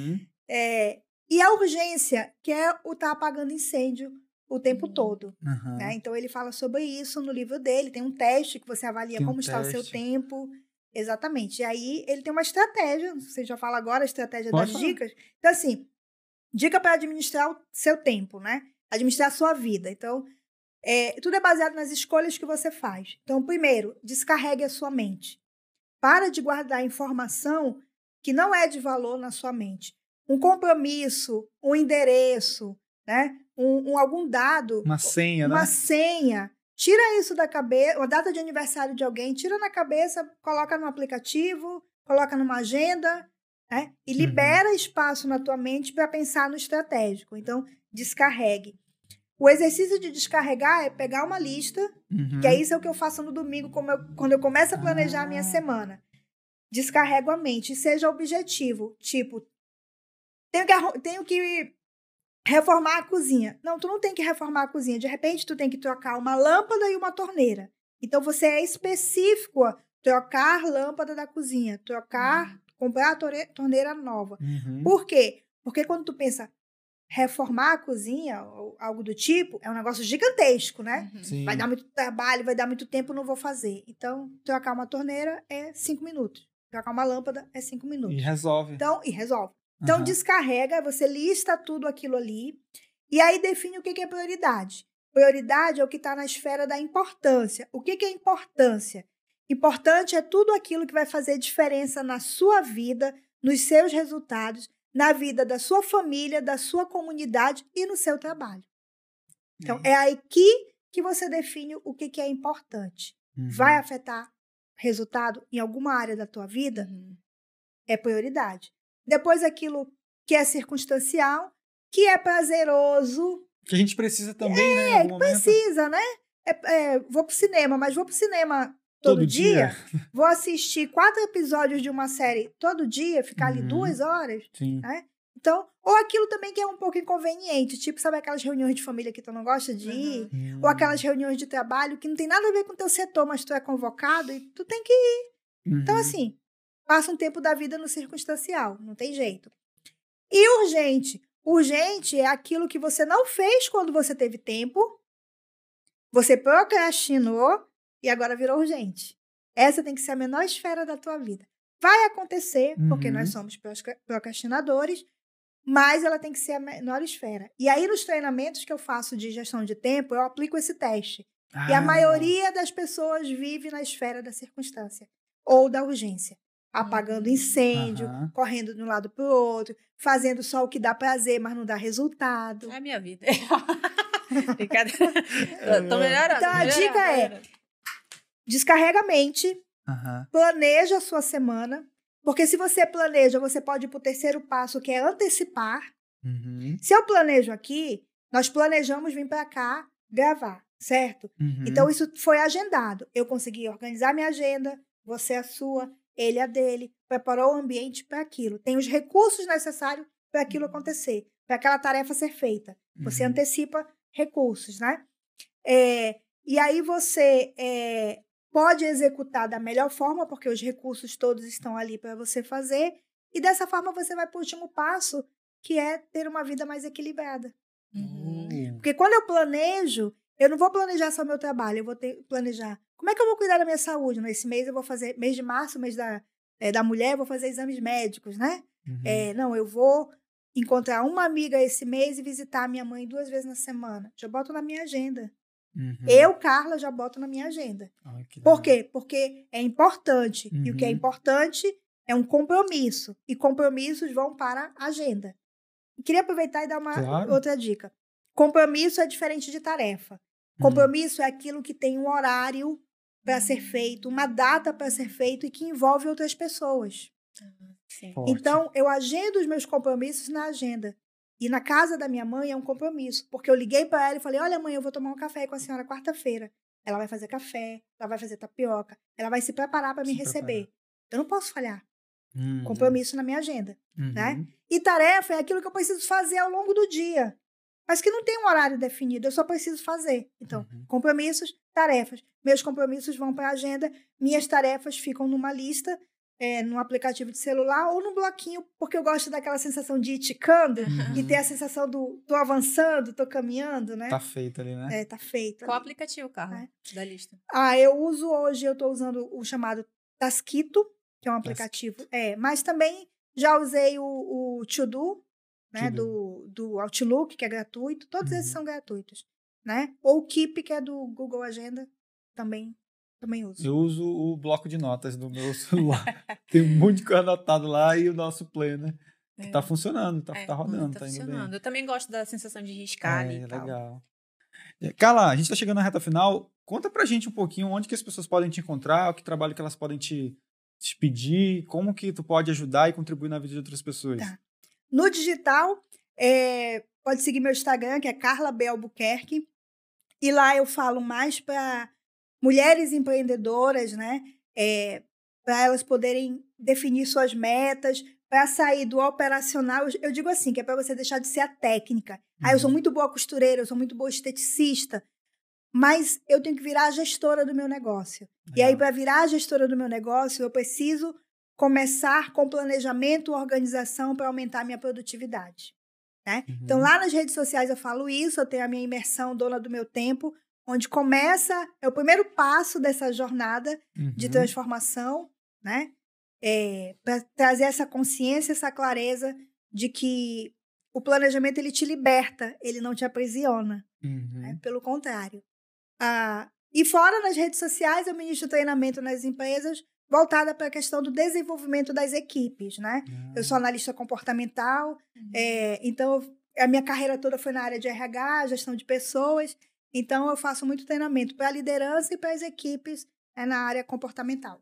E a urgência, que é o estar apagando incêndio o tempo todo. Né? Então, ele fala sobre isso no livro dele. Tem um teste que você avalia como está o seu tempo. Exatamente. E aí, ele tem uma estratégia. Você já fala agora a estratégia das dicas. Então, assim, dica para administrar o seu tempo, né? Administrar a sua vida. Então, tudo é baseado nas escolhas que você faz. Então, primeiro, descarregue a sua mente. Para de guardar informação que não é de valor na sua mente. Um compromisso, um endereço, né? Algum dado. Uma senha, né? Uma senha. Tira isso da cabeça, a data de aniversário de alguém, tira na cabeça, coloca no aplicativo, coloca numa agenda, né? E libera espaço na tua mente para pensar no estratégico. Então, descarregue. O exercício de descarregar é pegar uma lista, que é isso que eu faço no domingo, quando eu começo a planejar a minha semana. Descarrego a mente, seja objetivo. Tipo, tenho que reformar a cozinha. Não, tu não tem que reformar a cozinha. De repente, tu tem que trocar uma lâmpada e uma torneira. Então, você é específico a trocar lâmpada da cozinha, comprar a torneira nova. Por quê? Porque quando tu pensa reformar a cozinha, ou algo do tipo, é um negócio gigantesco, né? Vai dar muito trabalho, vai dar muito tempo, não vou fazer. Então, trocar uma torneira é 5 minutos. Trocar uma lâmpada é 5 minutos. E resolve. Então, descarrega, você lista tudo aquilo ali e aí define o que é prioridade. Prioridade é o que está na esfera da importância. O que é importância? Importante é tudo aquilo que vai fazer diferença na sua vida, nos seus resultados, na vida da sua família, da sua comunidade e no seu trabalho. Então, é aí que você define o que é importante. Vai afetar resultado em alguma área da tua vida? É prioridade. Depois, aquilo que é circunstancial, que é prazeroso. Que a gente precisa também, né? Precisa, né? Vou pro cinema, mas vou pro cinema todo dia. Vou assistir 4 episódios de uma série todo dia, ficar ali 2 horas. Né? Então, ou aquilo também que é um pouco inconveniente, tipo, sabe aquelas reuniões de família que tu não gosta de ir? Ou aquelas reuniões de trabalho que não tem nada a ver com o teu setor, mas tu é convocado e tu tem que ir. Então, assim, passa um tempo da vida no circunstancial, não tem jeito. E urgente. Urgente é aquilo que você não fez quando você teve tempo, você procrastinou e agora virou urgente. Essa tem que ser a menor esfera da tua vida. Vai acontecer, porque nós somos procrastinadores, mas ela tem que ser a menor esfera. E aí, nos treinamentos que eu faço de gestão de tempo, eu aplico esse teste. E a maioria das pessoas vive na esfera da circunstância ou da urgência. Apagando incêndio, correndo de um lado para o outro, fazendo só o que dá prazer, mas não dá resultado. É a minha vida. Brincadeira. Tô melhorando. Então, a dica é: descarrega a mente, planeja a sua semana, porque se você planeja, você pode ir para o terceiro passo, que é antecipar. Se eu planejo aqui, nós planejamos vir para cá gravar, certo? Então, isso foi agendado. Eu consegui organizar minha agenda, você a sua, ele a dele, preparou o ambiente para aquilo. Tem os recursos necessários para aquilo acontecer, para aquela tarefa ser feita. Você antecipa recursos, né? E aí você pode executar da melhor forma, porque os recursos todos estão ali para você fazer, e dessa forma você vai para o último passo, que é ter uma vida mais equilibrada. Porque quando eu planejo, eu não vou planejar só o meu trabalho, eu vou planejar como é que eu vou cuidar da minha saúde. Nesse mês eu vou fazer, mês de março, mês da mulher, eu vou fazer exames médicos, né? Não, eu vou encontrar uma amiga esse mês e visitar a minha mãe 2 vezes na semana. Já boto na minha agenda. Eu, Carla, já boto na minha agenda. Por quê? Porque é importante. E o que é importante é um compromisso. E compromissos vão para a agenda. Eu queria aproveitar e dar uma outra dica. Compromisso é diferente de tarefa. Compromisso é aquilo que tem um horário para ser feito, uma data para ser feito e que envolve outras pessoas. Sim. Então, eu agendo os meus compromissos na agenda. E na casa da minha mãe é um compromisso, porque eu liguei para ela e falei, olha mãe, eu vou tomar um café com a senhora quarta-feira. Ela vai fazer café, ela vai fazer tapioca, ela vai se preparar para me receber. Eu não posso falhar. Compromisso na minha agenda, né? E tarefa é aquilo que eu preciso fazer ao longo do dia, mas que não tem um horário definido, eu só preciso fazer. Então, compromissos, tarefas. Meus compromissos vão para a agenda, minhas tarefas ficam numa lista, num aplicativo de celular ou num bloquinho, porque eu gosto daquela sensação de ir ticando e ter a sensação do tô avançando, tô caminhando, né? Tá feito ali, né? Tá feito. Qual aplicativo, Carla, da lista? Eu uso hoje, eu tô usando o chamado Tasquito, que é um aplicativo. Mas também já usei o To-Do, né? Do Outlook, que é gratuito. Todos esses são gratuitos, né? Ou o Keep, que é do Google Agenda, também uso. Eu uso o bloco de notas do meu celular. Tem um monte de coisa anotado lá e o nosso planner que tá funcionando, tá rodando, tá indo funcionando. bem. Eu também gosto da sensação de riscar ali e tal. Legal. Carla, a gente tá chegando na reta final. Conta pra gente um pouquinho onde que as pessoas podem te encontrar, o que trabalho que elas podem te pedir, como que tu pode ajudar e contribuir na vida de outras pessoas. Tá. No digital, pode seguir meu Instagram, que é Carla B. Albuquerque. E lá eu falo mais para mulheres empreendedoras, né? Para elas poderem definir suas metas, para sair do operacional. Eu digo assim, que é para você deixar de ser a técnica. Eu sou muito boa costureira, eu sou muito boa esteticista, mas eu tenho que virar a gestora do meu negócio. Legal. E aí, para virar a gestora do meu negócio, eu preciso começar com planejamento, organização para aumentar a minha produtividade. Né? Então, lá nas redes sociais eu falo isso, eu tenho a minha imersão Dona do Meu Tempo, onde é o primeiro passo dessa jornada de transformação, né? Para trazer essa consciência, essa clareza de que o planejamento ele te liberta, ele não te aprisiona. Né? Pelo contrário. E fora nas redes sociais, eu ministro treinamento nas empresas voltada para a questão do desenvolvimento das equipes, né? Eu sou analista comportamental, então a minha carreira toda foi na área de RH, gestão de pessoas, então eu faço muito treinamento para a liderança e para as equipes na área comportamental.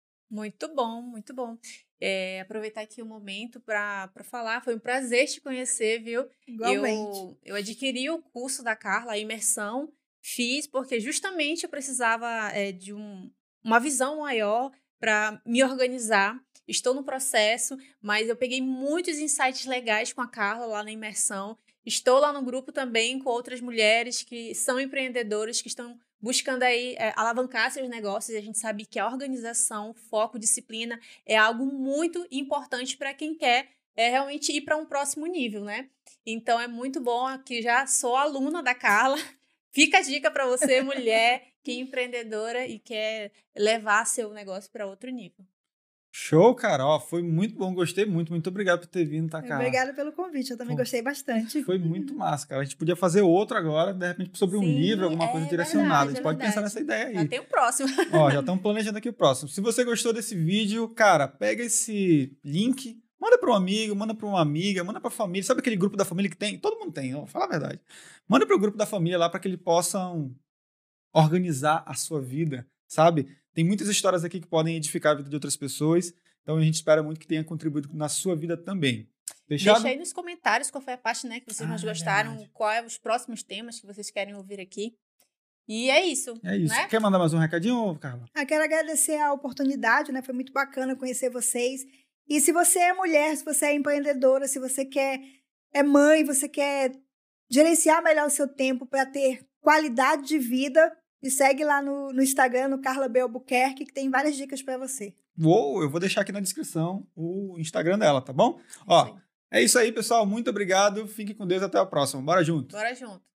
Muito bom, muito bom. Aproveitar aqui o momento para falar, foi um prazer te conhecer, viu? Igualmente. Eu adquiri o curso da Carla, a imersão, fiz porque justamente eu precisava de uma visão maior para me organizar. Estou no processo, mas eu peguei muitos insights legais com a Carla lá na imersão. Estou lá no grupo também com outras mulheres que são empreendedoras, que estão buscando aí alavancar seus negócios. E a gente sabe que a organização, foco, disciplina é algo muito importante para quem quer realmente ir para um próximo nível, né? Então, é muito bom que já sou aluna da Carla. Fica a dica para você, mulher, que é empreendedora e quer levar seu negócio para outro nível. Show, Carol. Foi muito bom, gostei muito. Muito obrigado por ter vindo, tá, Carla? Obrigada pelo convite, eu também gostei bastante. Foi muito massa, cara. A gente podia fazer outro agora, de repente, sobre um livro, alguma coisa direcionada. A gente pode pensar nessa ideia aí. Já tem o próximo. Já estamos planejando aqui o próximo. Se você gostou desse vídeo, cara, pega esse link, manda para um amigo, manda para uma amiga, manda para a família. Sabe aquele grupo da família que tem? Todo mundo tem, vou falar a verdade. Manda para o grupo da família lá para que eles possam organizar a sua vida, sabe? Tem muitas histórias aqui que podem edificar a vida de outras pessoas. Então, a gente espera muito que tenha contribuído na sua vida também. Fechado? Deixa aí nos comentários qual foi a parte, né, que vocês mais gostaram, verdade. quais os próximos temas que vocês querem ouvir aqui. E é isso. É isso. Né? Quer mandar mais um recadinho, Carla? Quero agradecer a oportunidade, né? Foi muito bacana conhecer vocês. E se você é mulher, se você é empreendedora, se você é mãe, você quer gerenciar melhor o seu tempo para ter qualidade de vida, me segue lá no Instagram, no Carla B. Albuquerque, que tem várias dicas para você. Eu vou deixar aqui na descrição o Instagram dela, tá bom? É isso aí, pessoal. Muito obrigado. Fiquem com Deus. Até a próxima. Bora junto. Bora junto.